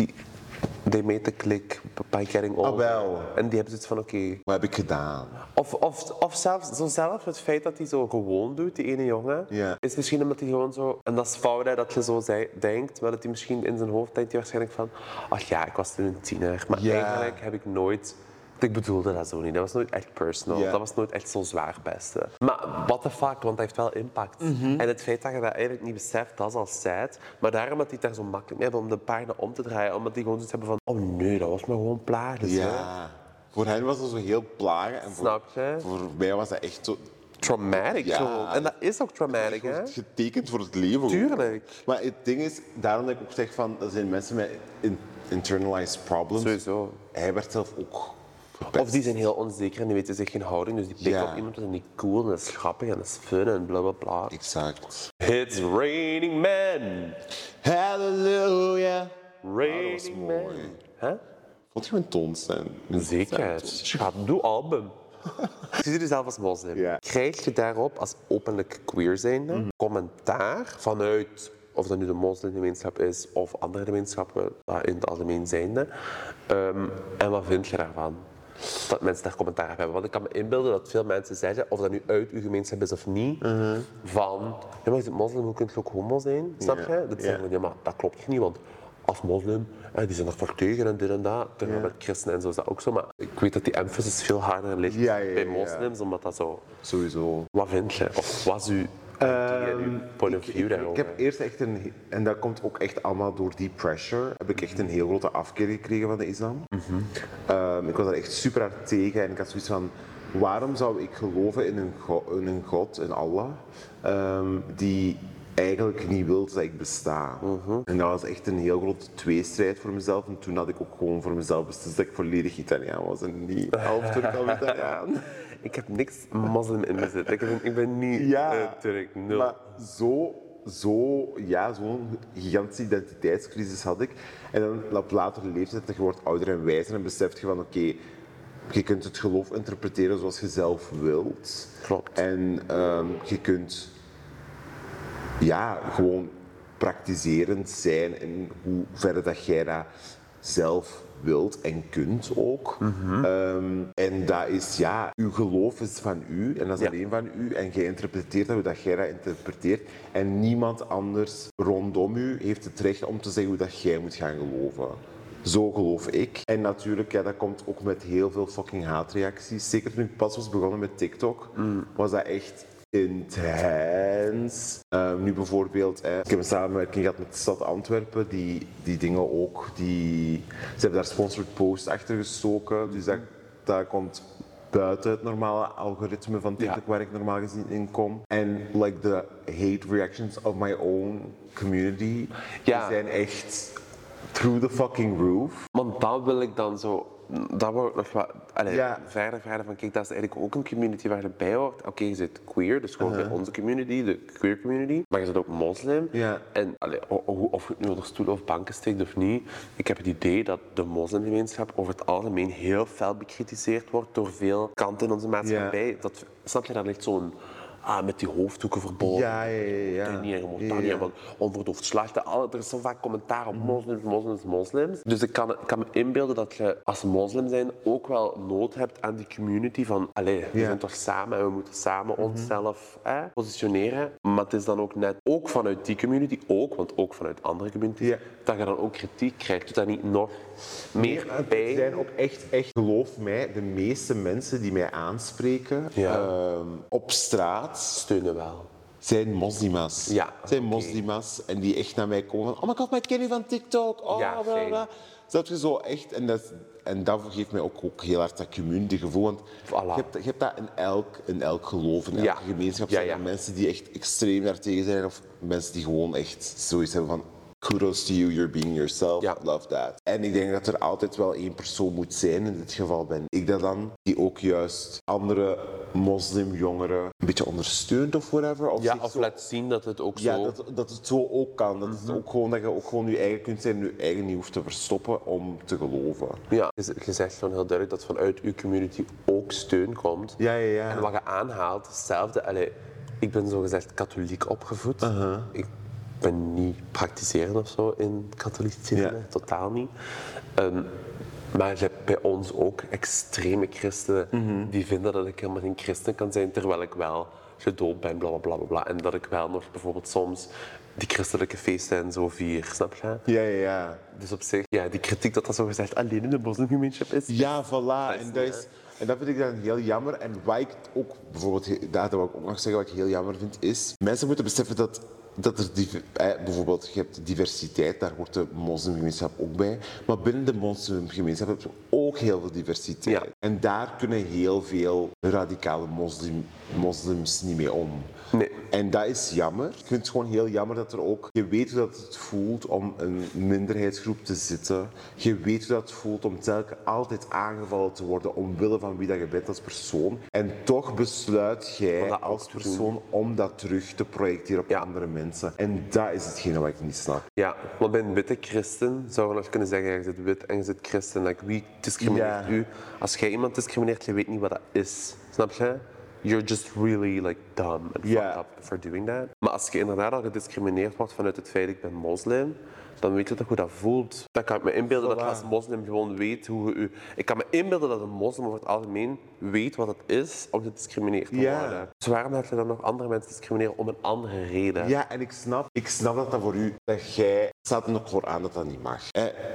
they made the click by getting older. wel. En die hebben zoiets van, oké. Wat heb ik gedaan? Of zelf het feit dat hij zo gewoon doet, die ene jongen, Ja. is misschien omdat hij gewoon zo... En dat is fout hè, dat je zo denkt, maar dat hij misschien in zijn hoofd denkt hij waarschijnlijk van, ach ja, ik was toen een tiener. Maar Ja. eigenlijk heb ik nooit... Ik bedoelde dat zo niet. Dat was nooit echt personal. Ja. Dat was nooit echt zo zwaar pesten. Maar what the fuck, want dat heeft wel impact. En het feit dat je dat eigenlijk niet beseft, dat is al sad. Maar daarom dat die het daar zo makkelijk mee hebben om de pagina om te draaien. Omdat die gewoon zoiets hebben van, oh nee, dat was maar gewoon plagen. Ja. Voor hen was dat zo heel plagen. En Snap je? Voor mij was dat echt zo... Traumatic Ja. zo. En dat is ook traumatic, hè? Getekend voor het leven. Tuurlijk. Maar het ding is, daarom dat ik ook zeg van, er zijn mensen met internalized problems. Sowieso. Hij werd zelf ook Of die zijn heel onzeker en die weten zich geen houding, dus die pikken Ja. op iemand, dat is niet cool, en dat is grappig en dat is fun en bla bla bla. Exact. It's raining men, Halleluja. raining men. mooi. Hè? Vond je mijn toonstem? Zeker. Schat, doe album. Je ziet jezelf als moslim. Ja. Krijg je daarop als openlijk queer zijnde commentaar vanuit, of dat nu de moslimgemeenschap is of andere gemeenschappen in het algemeen zijnde, en wat vind je daarvan? Dat mensen daar commentaar op hebben. Want ik kan me inbeelden dat veel mensen zeggen, of dat nu uit uw gemeenschap is of niet, van, ja, maar je bent moslim, hoe kun je ook homo zijn? Snap je? Dat zeggen van, ja, maar dat klopt toch niet, want als moslim, die zijn er voor tegen en dit en dat. Terwijl met christenen en zo is dat ook zo. Maar ik weet dat die emphasis veel harder ligt bij moslims, omdat dat zo... Sowieso. Wat vind je? Of was uw idee en uw point of view daarover? Ik heb eerst echt een, en dat komt ook echt allemaal door die pressure, heb ik echt een heel grote afkeer gekregen van de islam. Ik was daar echt super hard tegen en ik had zoiets van, waarom zou ik geloven in een God, in Allah, die eigenlijk niet wil dat ik besta. En dat was echt een heel grote tweestrijd voor mezelf. En toen had ik ook gewoon voor mezelf beslist dat ik volledig Italiaan was en niet half Turk half Italiaan. Ik heb niks moslim in me zitten. Ik ben niet Turk, nul. Maar zo'n gigantische identiteitscrisis had ik. En dan op latere leeftijd, dat je wordt ouder en wijzer en beseft je van oké, je kunt het geloof interpreteren zoals je zelf wilt. Klopt. En je kunt gewoon praktiserend zijn in hoe ver dat jij dat zelf wilt en kunt ook. En dat is, uw geloof is van u en dat is alleen van u en jij interpreteert dat hoe dat jij dat interpreteert en niemand anders rondom u heeft het recht om te zeggen hoe dat jij moet gaan geloven. Zo geloof ik. En natuurlijk, dat komt ook met heel veel fucking haatreacties. Zeker toen ik pas was begonnen met TikTok, was dat echt intens. Nu bijvoorbeeld, ik heb een samenwerking gehad met de stad Antwerpen, die dingen ook, ze hebben daar sponsored posts achter gestoken, dus dat komt buiten het normale algoritme van TikTok waar ik normaal gezien in kom. En like the hate reactions of my own community, die zijn echt through the fucking roof. Want dat wil ik dan zo... Dat wordt nog wat... verder van, kijk, dat is eigenlijk ook een community waar je bij hoort. Oké, je zit queer, dus gewoon bij onze community, de queer community. Maar je zit ook moslim. Ja. En of je het nu onder stoelen of banken steekt of niet, ik heb het idee dat de moslimgemeenschap over het algemeen heel fel bekritiseerd wordt door veel kanten in onze maatschappij. Snap je, daar ligt zo'n met die hoofddoeken verboden. Ja. Dat niet, je mag dat niet, want onverdoofd slachten. Er is zo vaak commentaar op moslims. Dus ik kan me inbeelden dat je als moslim zijn ook wel nood hebt aan die community van, we zijn toch samen en we moeten samen onszelf positioneren. Maar het is dan ook net, ook vanuit die community, want ook vanuit andere communities, dat je dan ook kritiek krijgt. Doet dat niet nog meer pijn? Er zijn ook echt, geloof mij, de meeste mensen die mij aanspreken op straat Steunen wel. zijn moslima's. Ja, zijn moslima's en die echt naar mij komen van, oh my god, maar ik ken je van TikTok. Oh, Ja, bla, bla, bla. Dat je zo echt, en dat geeft mij ook heel hard dat community gevoel. Want Voilà. je hebt dat in elk geloof, in elke gemeenschap. Zijn er mensen die echt extreem daartegen zijn of mensen die gewoon echt zoiets hebben van kudos to you, you're being yourself, love that. En ik denk dat er altijd wel één persoon moet zijn, in dit geval ben ik dat dan, die ook juist andere moslimjongeren een beetje ondersteunt of whatever. Of laat zien dat het ook zo... dat het zo ook kan. Dat, het ook gewoon, dat je ook gewoon je eigen kunt zijn en je eigen niet hoeft te verstoppen om te geloven. Ja, je zegt gewoon heel duidelijk dat vanuit uw community ook steun komt. Ja. En wat je aanhaalt, hetzelfde. Ik ben zogezegd katholiek opgevoed. Ik ben niet praktiserend of zo in katholicisme, totaal niet. Maar je hebt bij ons ook extreme christenen die vinden dat ik helemaal geen christen kan zijn, terwijl ik wel gedoopt ben, bla bla bla bla. En dat ik wel nog bijvoorbeeld soms die christelijke feesten en zo vier, snap je? Ja. Dus op zich, die kritiek dat zo gezegd alleen in de moslimgemeenschap is. Ja, voilà. En dat vind ik dan heel jammer. En wat ik ook, bijvoorbeeld, dat wil ik ook nog zeggen, wat ik heel jammer vind, is... Mensen moeten beseffen dat er bijvoorbeeld, je hebt diversiteit, daar hoort de moslimgemeenschap ook bij. Maar binnen de moslimgemeenschap heb je ook heel veel diversiteit. Ja. En daar kunnen heel veel radicale moslims niet mee om. Nee. En dat is jammer. Ik vind het gewoon heel jammer dat er ook... Je weet hoe dat het voelt om een minderheidsgroep te zitten. Je weet hoe dat het voelt om telkens altijd aangevallen te worden omwille van wie dat je bent als persoon. En toch besluit jij als persoon om dat terug te projecteren op andere mensen. En dat is hetgene wat ik niet snap. Ja, want bij een witte christen zou je nog kunnen zeggen, je zit wit en je zit christen. Wie discrimineert u? Als jij iemand discrimineert, je weet niet wat dat is. Snap je? You're just really dumb and fucked up for doing that. Maar als je inderdaad al gediscrimineerd wordt vanuit het feit dat ik ben moslim, dan weet je toch hoe dat voelt. Dan kan ik me inbeelden dat je als moslim gewoon weet hoe je... Ik kan me inbeelden dat een moslim over het algemeen weet wat het is om gediscrimineerd te worden. Dus waarom laat je dan nog andere mensen discrimineren om een andere reden? Ja, en ik snap dat voor u, dat jij... staat er nog voor aan dat dat niet mag.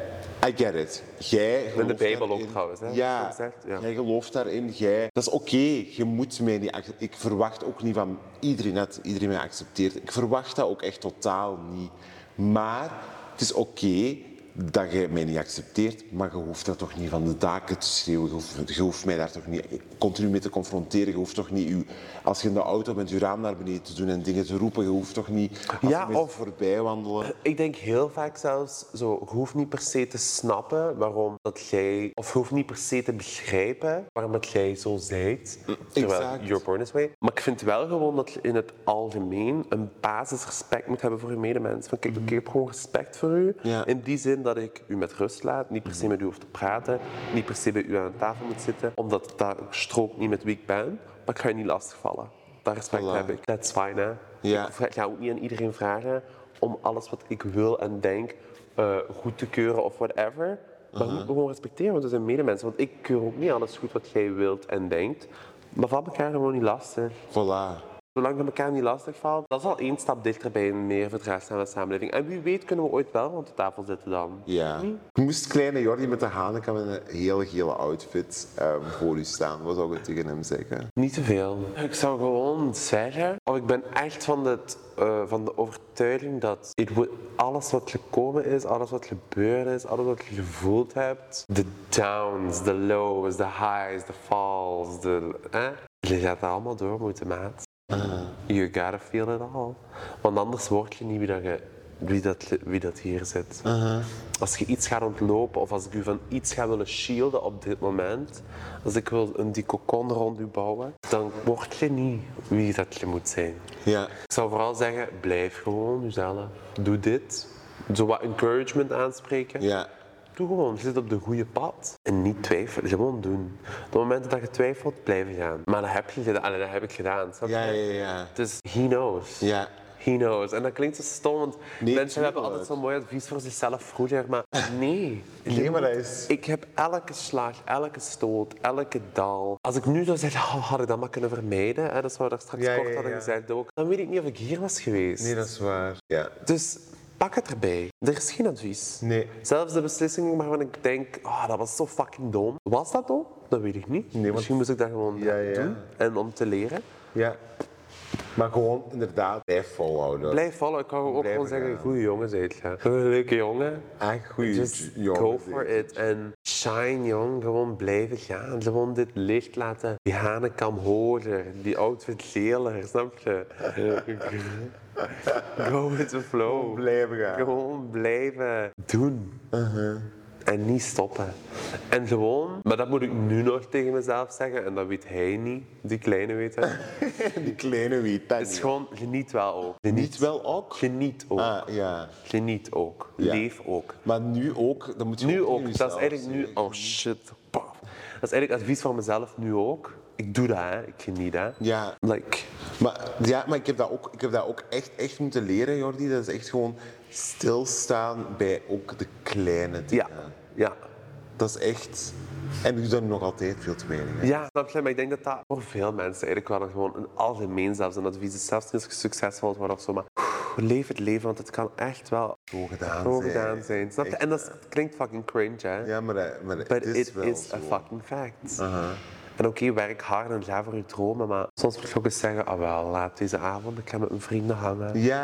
I get it. Jij in de Bijbel ook trouwens. Hè? Ja, jij gelooft daarin. Dat is oké. Je moet mij niet accepteren. Ik verwacht ook niet van iedereen dat iedereen mij accepteert. Ik verwacht dat ook echt totaal niet. Maar het is oké dat je mij niet accepteert, maar je hoeft dat toch niet van de daken te schreeuwen. Je hoeft mij daar toch niet continu mee te confronteren. Je hoeft toch niet, als je in de auto bent, je raam naar beneden te doen en dingen te roepen. Je hoeft toch niet als je mensen voorbij wandelen. Ik denk heel vaak zelfs, je hoeft niet per se te snappen waarom dat jij... Of je hoeft niet per se te begrijpen waarom dat jij zo zijt. Terwijl you're born this way. Maar ik vind wel gewoon dat je in het algemeen een basisrespect moet hebben voor je medemens. Van kijk, ik heb gewoon respect voor u. Ja. In die zin dat ik u met rust laat, niet per se met u hoef te praten, niet per se bij u aan de tafel moet zitten, omdat dat strookt niet met wie ik ben, maar ik ga je niet lastigvallen. Dat respect heb ik. That's fine, hè. Ja. Ik ga ook niet aan iedereen vragen om alles wat ik wil en denk goed te keuren of whatever. Maar je moet me gewoon respecteren, want we zijn medemensen. Want ik keur ook niet alles goed wat jij wilt en denkt. Maar val elkaar gewoon niet lastig. Voilà. Zolang je elkaar niet lastig valt, dat is al één stap dichter bij een meer verdraagzame samenleving. En wie weet kunnen we ooit wel rond de tafel zitten dan. Ja. Ik moest kleine Jordi met de Haneke met een hele gele outfit voor u staan. Wat zou ik tegen hem zeggen? Niet te veel. Ik zou gewoon zeggen, of ik ben echt van de overtuiging dat alles wat gekomen is, alles wat gebeurd is, alles wat je gevoeld hebt, de downs, de lows, de highs, de falls, je gaat dat allemaal door moeten, maat. You gotta feel it all. Want anders word je niet wie dat hier zit. Als je iets gaat ontlopen of als ik u van iets ga willen shielden op dit moment, als ik wil die cocon rond u bouwen, dan word je niet wie dat je moet zijn. Ja. Ik zou vooral zeggen, blijf gewoon jezelf. Doe dit. Zo wat encouragement aanspreken. Ja. doe gewoon. Je zit op de goede pad. En niet twijfelen, gewoon doen. Op het moment dat je twijfelt, blijven gaan. Maar dat heb je gedaan. Allee, dat heb ik gedaan. Snap je? Ja. Dus he knows. Ja. He knows. En dat klinkt zo stom, want Nee, mensen hebben tuurlijk. altijd zo'n mooi advies voor zichzelf vroeger. Maar nee. Nee, maar dat is... Ik heb elke slag, elke stoot, elke dal. Als ik nu zou zeggen, had ik dat maar kunnen vermijden. Hè, dat zou we daar straks kort hadden gezegd ook. Dan weet ik niet of ik hier was geweest. Nee, dat is waar. Ja. Dus pak het erbij. Er is geen advies. Nee. Zelfs de beslissing waarvan ik denk, dat was zo fucking dom. Was dat dom? Dat weet ik niet. want- Misschien moest ik dat gewoon doen. En om te leren. Ja. Maar gewoon inderdaad, blijf volhouden. Blijf vallen. Ik kan ook Blijven gewoon zeggen, gaan. goede jongen zijt je. Een leuke jongen. Echt goeie Just jongen. go for it. En shine, jong. Gewoon blijven gaan. Gewoon dit licht laten. Die hanenkam hoger. Die outfit geler. Snap je? Go with the flow. Blijven gaan. Gewoon blijven doen. En niet stoppen. En gewoon, maar dat moet ik nu nog tegen mezelf zeggen, en dat weet hij niet, die kleine weet het. Die kleine weet dat Het is niet. gewoon, geniet wel ook. Niet wel ook? Geniet ook. Ah, ja. Geniet ook. Ja. Leef ook. Maar nu ook, dan moet je Nu ook ook. tegen Dat is jezelf eigenlijk nu... zeggen. Oh shit. Paf. Dat is eigenlijk advies van mezelf nu ook. Ik doe dat, hè. Ik geniet dat. Ja. Like, Maar ik heb dat ook echt moeten leren, Jordi. Dat is echt gewoon stilstaan bij ook de kleine dingen. ja. Dat is echt... En ik doe dat nog altijd veel te weinig. Hè. Ja, snap je? Maar ik denk dat dat voor veel mensen eigenlijk wel gewoon een algemeen zelfs een advies is. Zelfs niet als je succesvol wordt of zo, maar leef het leven, want het kan echt wel Zo gedaan zijn. Snap je? En dat klinkt fucking cringe, hè? Ja, maar But het is it wel is zo. a fucking fact. En oké, werk hard en ga voor je dromen, maar soms moet je ook eens zeggen, laat deze avond, ik ga met mijn vrienden hangen. Ja.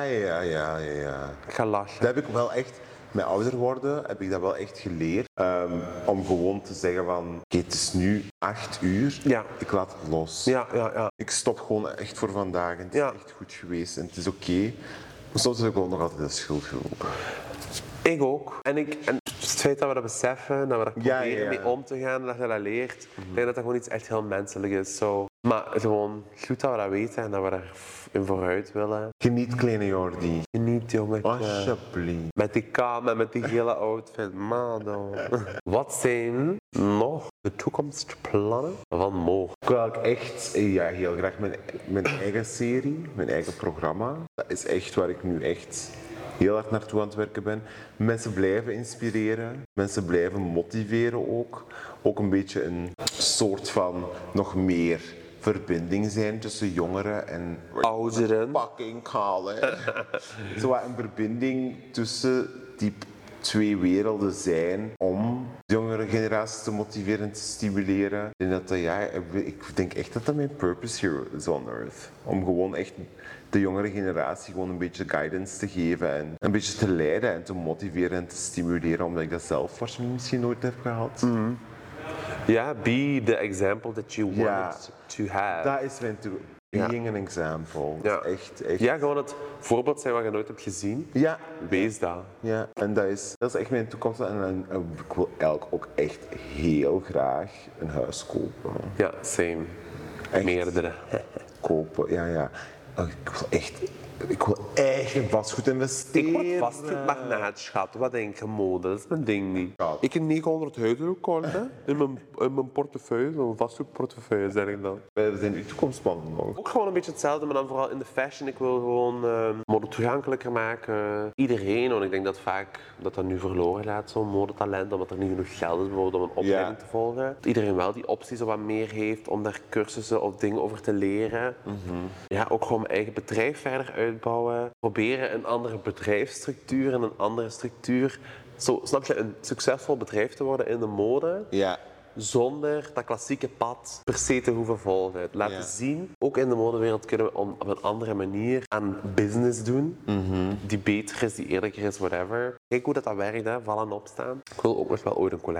Ik ga lachen. Dat heb ik wel echt... Met ouder worden heb ik dat wel echt geleerd. Om gewoon te zeggen van... Oké, het is nu 8 uur. Ja. Ik laat het los. Ja. Ik stop gewoon echt voor vandaag. En het is Ja. echt goed geweest. En het is oké. Maar soms heb ik ook nog altijd een schuldgevoel. Ik ook. En het feit dat we dat beseffen, dat we daar Ja, proberen ja. mee om te gaan, dat je dat leert, ik denk dat dat gewoon iets echt heel menselijk is. Zo. Maar gewoon goed dat we dat weten en dat we erin vooruit willen. Geniet, kleine Jordi. Geniet, jongetje. Alsjeblieft. Met die kamer en met die gele outfit, man. Wat zijn nog de toekomstplannen van Mo? Ik wil ook echt heel graag mijn eigen serie, mijn eigen programma. Dat is echt waar ik nu echt heel hard naartoe aan het werken ben. Mensen blijven inspireren, mensen blijven motiveren ook. Ook een beetje een soort van nog meer verbinding zijn tussen jongeren en Ouderen. fucking kaal, hè. Zo wat een verbinding tussen die twee werelden zijn om de jongere generatie te motiveren en te stimuleren. Ik denk echt dat dat mijn purpose here is on earth. Om gewoon echt de jongere generatie gewoon een beetje guidance te geven en een beetje te leiden en te motiveren en te stimuleren, omdat ik dat zelf waarschijnlijk misschien nooit heb gehad. Ja, be the example that you wanted to have. Dat is mijn being an example. Ja. Echt. Ja, gewoon het voorbeeld zijn wat je nooit hebt gezien. Ja. Wees dat. Ja, en dat is echt mijn toekomst. En ik wil ook echt heel graag een huis kopen. Ja, same. Echt? Meerdere. Kopen, ja. Ik wil echt in vastgoed investeren. Ik word vastgoedmagnaat, schat. Wat denk je, mode? Dat is mijn ding niet. Ja. Ik heb 900 euro konden in mijn portefeuille, zo'n vastgoedportefeuille, zeg ik dan. We zijn uw toekomstplannen nog. Ook gewoon een beetje hetzelfde, maar dan vooral in de fashion. Ik wil gewoon mode toegankelijker maken. Iedereen, want ik denk dat vaak dat nu verloren gaat, zo'n modetalent, omdat er niet genoeg geld is bijvoorbeeld om een opleiding te volgen. Dat iedereen wel die optie zo wat meer heeft om daar cursussen of dingen over te leren. Ja, ook gewoon mijn eigen bedrijf verder uitbouwen. Proberen een andere bedrijfsstructuur en een andere structuur. Zo, snap je, een succesvol bedrijf te worden in de mode. Ja. Zonder dat klassieke pad per se te hoeven volgen. Laten zien, ook in de modewereld kunnen we op een andere manier aan business doen. Die beter is, die eerlijker is, whatever. Kijk hoe dat werkt, hè. Vallen en opstaan. Ik wil ook nog wel ooit een collectie.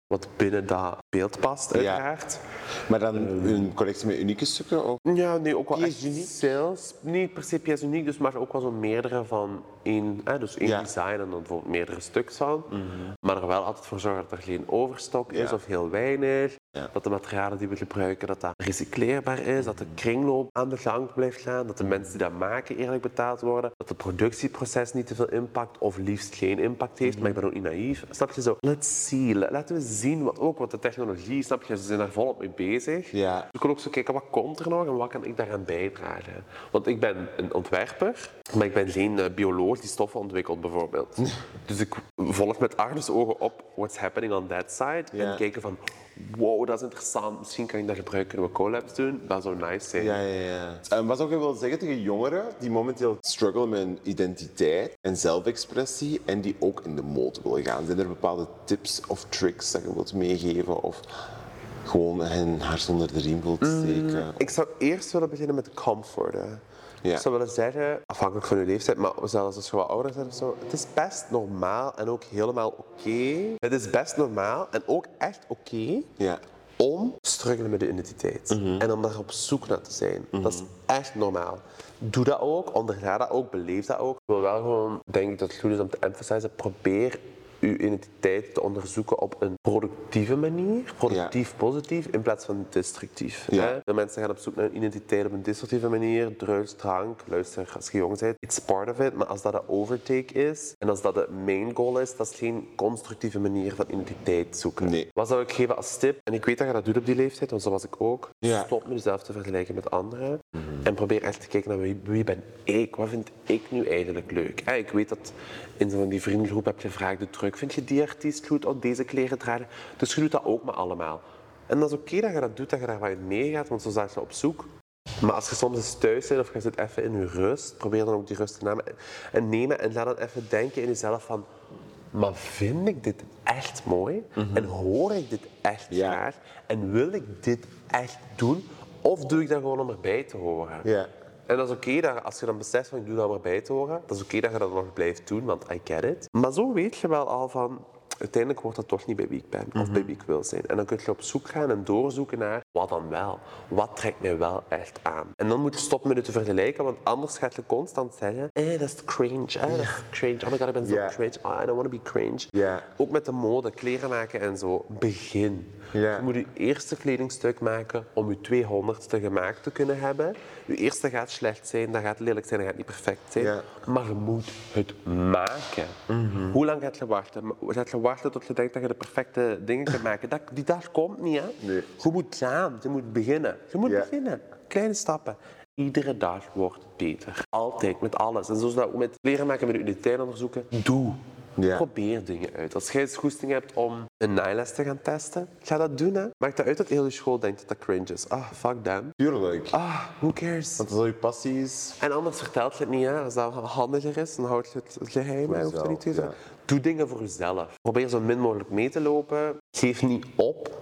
wat binnen dat beeld past, uiteraard. Maar dan een collectie met unieke stukken? Of? Ja, nee, ook wel Pièce echt unique? sales. Niet per se pièce uniek, dus maar ook wel zo meerdere van één, dus één design en dan bijvoorbeeld meerdere stuks van. Maar er wel altijd voor zorgen dat er geen overstok is of heel weinig. Ja. Dat de materialen die we gebruiken, dat recycleerbaar is, dat de kringloop aan de gang blijft gaan, dat de mensen die dat maken eerlijk betaald worden, dat het productieproces niet te veel impact of liefst geen impact heeft. Maar ik ben ook niet naïef. Snap je zo? Let's see. Laten we zien wat de technologie, snap je, ze zijn daar volop mee bezig. Ja. Dus ik wil ook zo kijken, wat komt er nog en wat kan ik daaraan bijdragen? Want ik ben een ontwerper, maar ik ben geen bioloog die stoffen ontwikkelt bijvoorbeeld. Dus ik volg met argusogen op what's happening on that side en kijken van, wow, dat is interessant, misschien kan ik dat gebruiken, kunnen we collabs doen, dat zou nice zijn. Ja. Wat zou je willen zeggen tegen jongeren die momenteel struggelen met hun identiteit en zelfexpressie en die ook in de mode willen gaan? Zijn er bepaalde tips of tricks dat je wilt meegeven of gewoon hen hart onder de riem wilt steken? Ik zou eerst willen beginnen met comforten. Ja. Ik zou willen zeggen, afhankelijk van je leeftijd, maar zelfs als je wat ouder bent of zo, het is best normaal en ook helemaal oké. Het is best normaal en ook echt oké Ja. om te struggelen met de identiteit. En om daar op zoek naar te zijn. Dat is echt normaal. Doe dat ook, onderga dat ook, beleef dat ook. Ik wil wel gewoon, denk ik dat het goed is om te emphasisen, probeer uw identiteit te onderzoeken op een productieve manier. Productief, positief, in plaats van destructief. Ja. Hè? De mensen gaan op zoek naar een identiteit op een destructieve manier. Drugs, drank, luister, als je jong bent, it's part of it. Maar als dat een overtake is, en als dat de main goal is, dat is geen constructieve manier van identiteit zoeken. Nee. Wat zou ik geven als tip? En ik weet dat je dat doet op die leeftijd, want zo was ik ook. Ja. Stop met jezelf te vergelijken met anderen. En probeer echt te kijken naar wie ben ik? Wat vind ik nu eigenlijk leuk? Ik weet dat in zo'n die vriendengroep heb je gevraagd, de druk. Vind je die artiest goed? Oh, deze kleren dragen. Dus je doet dat ook maar allemaal. En dat is oké dat je dat doet, dat je daar wat in meegaat, want zo sta je op zoek. Maar als je soms eens thuis bent of je zit even in je rust, probeer dan ook die rust te nemen en laat dan even denken in jezelf van, maar vind ik dit echt mooi? En hoor ik dit echt graag? En wil ik dit echt doen? Of doe ik dat gewoon om erbij te horen? Ja. En dat is oké, als je dan beseft van ik doe dat om erbij te horen, dat is oké dat je dat nog blijft doen, want I get it. Maar zo weet je wel al van, uiteindelijk wordt dat toch niet bij wie ik ben of bij wie ik wil zijn. En dan kun je op zoek gaan en doorzoeken naar wat dan wel. Wat trekt mij wel echt aan? En dan moet je stoppen met het te vergelijken, want anders gaat je constant zeggen, dat is cringe, dat is cringe. Oh my god, ik ben zo cringe. Oh, I don't want to be cringe. Ja. Ook met de mode, kleren maken en zo. Begin. Ja. Je moet je eerste kledingstuk maken om je 200ste gemaakt te kunnen hebben. Je eerste gaat slecht zijn, dat gaat lelijk zijn, dat gaat niet perfect zijn. Ja. Maar je moet het maken. Hoe lang gaat je wachten? Gaat je wachten tot je denkt dat je de perfecte dingen kunt maken? Die dag komt niet, hè? Nee. Je moet gaan, je moet beginnen. Je moet beginnen. Kleine stappen. Iedere dag wordt het beter. Altijd, met alles. En zoals dat ook met leren maken, met je identiteit onderzoeken. Doe. Ja. Probeer dingen uit. Als jij eens goesting hebt om een naailes te gaan testen, ga dat doen. Hè. Maak dat uit dat heel je school denkt dat dat cringe is. Ah, fuck them. Tuurlijk. Who cares? Want als dat je passie is. En anders vertelt je het niet. Hè. Als dat handiger is, dan houd je het geheim. Hoeft het niet te zeggen. Doe dingen voor jezelf. Probeer zo min mogelijk mee te lopen. Geef niet op.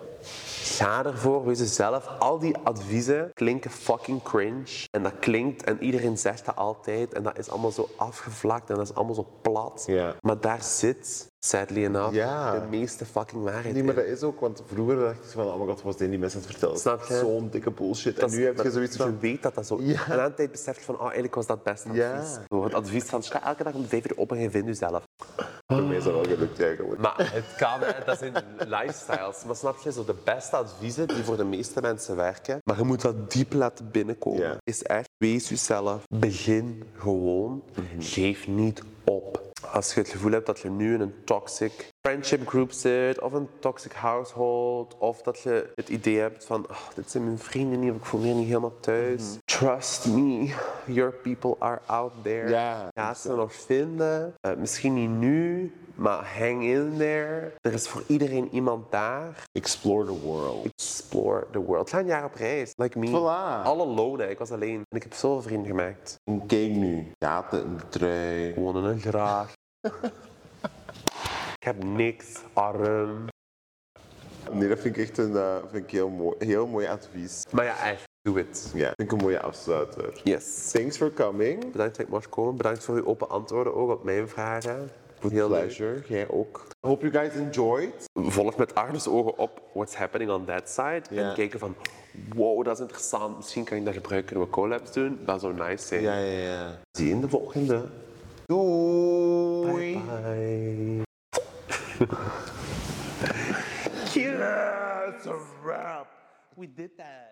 Ga ervoor, wees jezelf. Al die adviezen klinken fucking cringe. En dat klinkt, en iedereen zegt dat altijd. En dat is allemaal zo afgevlakt en dat is allemaal zo plat. Ja. Maar daar zit, sadly enough, de meeste fucking waarheid Nee, maar in. dat is ook, want vroeger dacht je van, oh my god, wat zijn die mensen aan het vertellen? Snap je? Zo'n dikke bullshit. En nu heb je zoiets Je van, weet dat dat zo is. En aan de tijd besef je van, eigenlijk was dat best advies. Ja. Zo, het advies van, sta elke dag om 5 uur op en je vindt jezelf. voor mij is dat wel gelukt eigenlijk. Maar het kan, hè. Dat zijn lifestyles. Maar snap je, zo de beste adviezen die voor de meeste mensen werken, maar je moet dat diep laten binnenkomen, Ja. is echt, wees jezelf. Begin gewoon. Geef niet op. Als je het gevoel hebt dat je nu in een toxic friendship group zit, of een toxic household, of dat je het idee hebt van, dit zijn mijn vrienden niet, of ik voel me hier niet helemaal thuis. Trust me, your people are out there. Ja. Ga ze nog vinden. Misschien niet nu, maar hang in there. Er is voor iedereen iemand daar. Explore the world. Explore the world. Ga een jaar op reis. Like me. Voilà. Alle lonen. Ik was alleen. En ik heb zoveel vrienden gemaakt. En kijk nu, gaten in de trui. Gewoon in een graag. Ik heb niks. Arm. Nee, dat vind ik echt vind ik heel mooi advies. Maar ja, echt. Doe het. Ja, vind ik een mooie afsluiter. Yes. Thanks for coming. Bedankt dat ik mocht komen. Bedankt voor uw open antwoorden ook op mijn vragen. With Heel leuk. pleasure. Jij ook. I hope you guys enjoyed. Volg met Agnes ogen op what's happening on that side. Ja. En kijken van, wow, dat is interessant. Misschien kan ik dat gebruiken, kunnen we collabs doen. Dat zou nice zijn. Ja. Zie je in de volgende. Doei. Bye. Yeah, it's a wrap. We did that.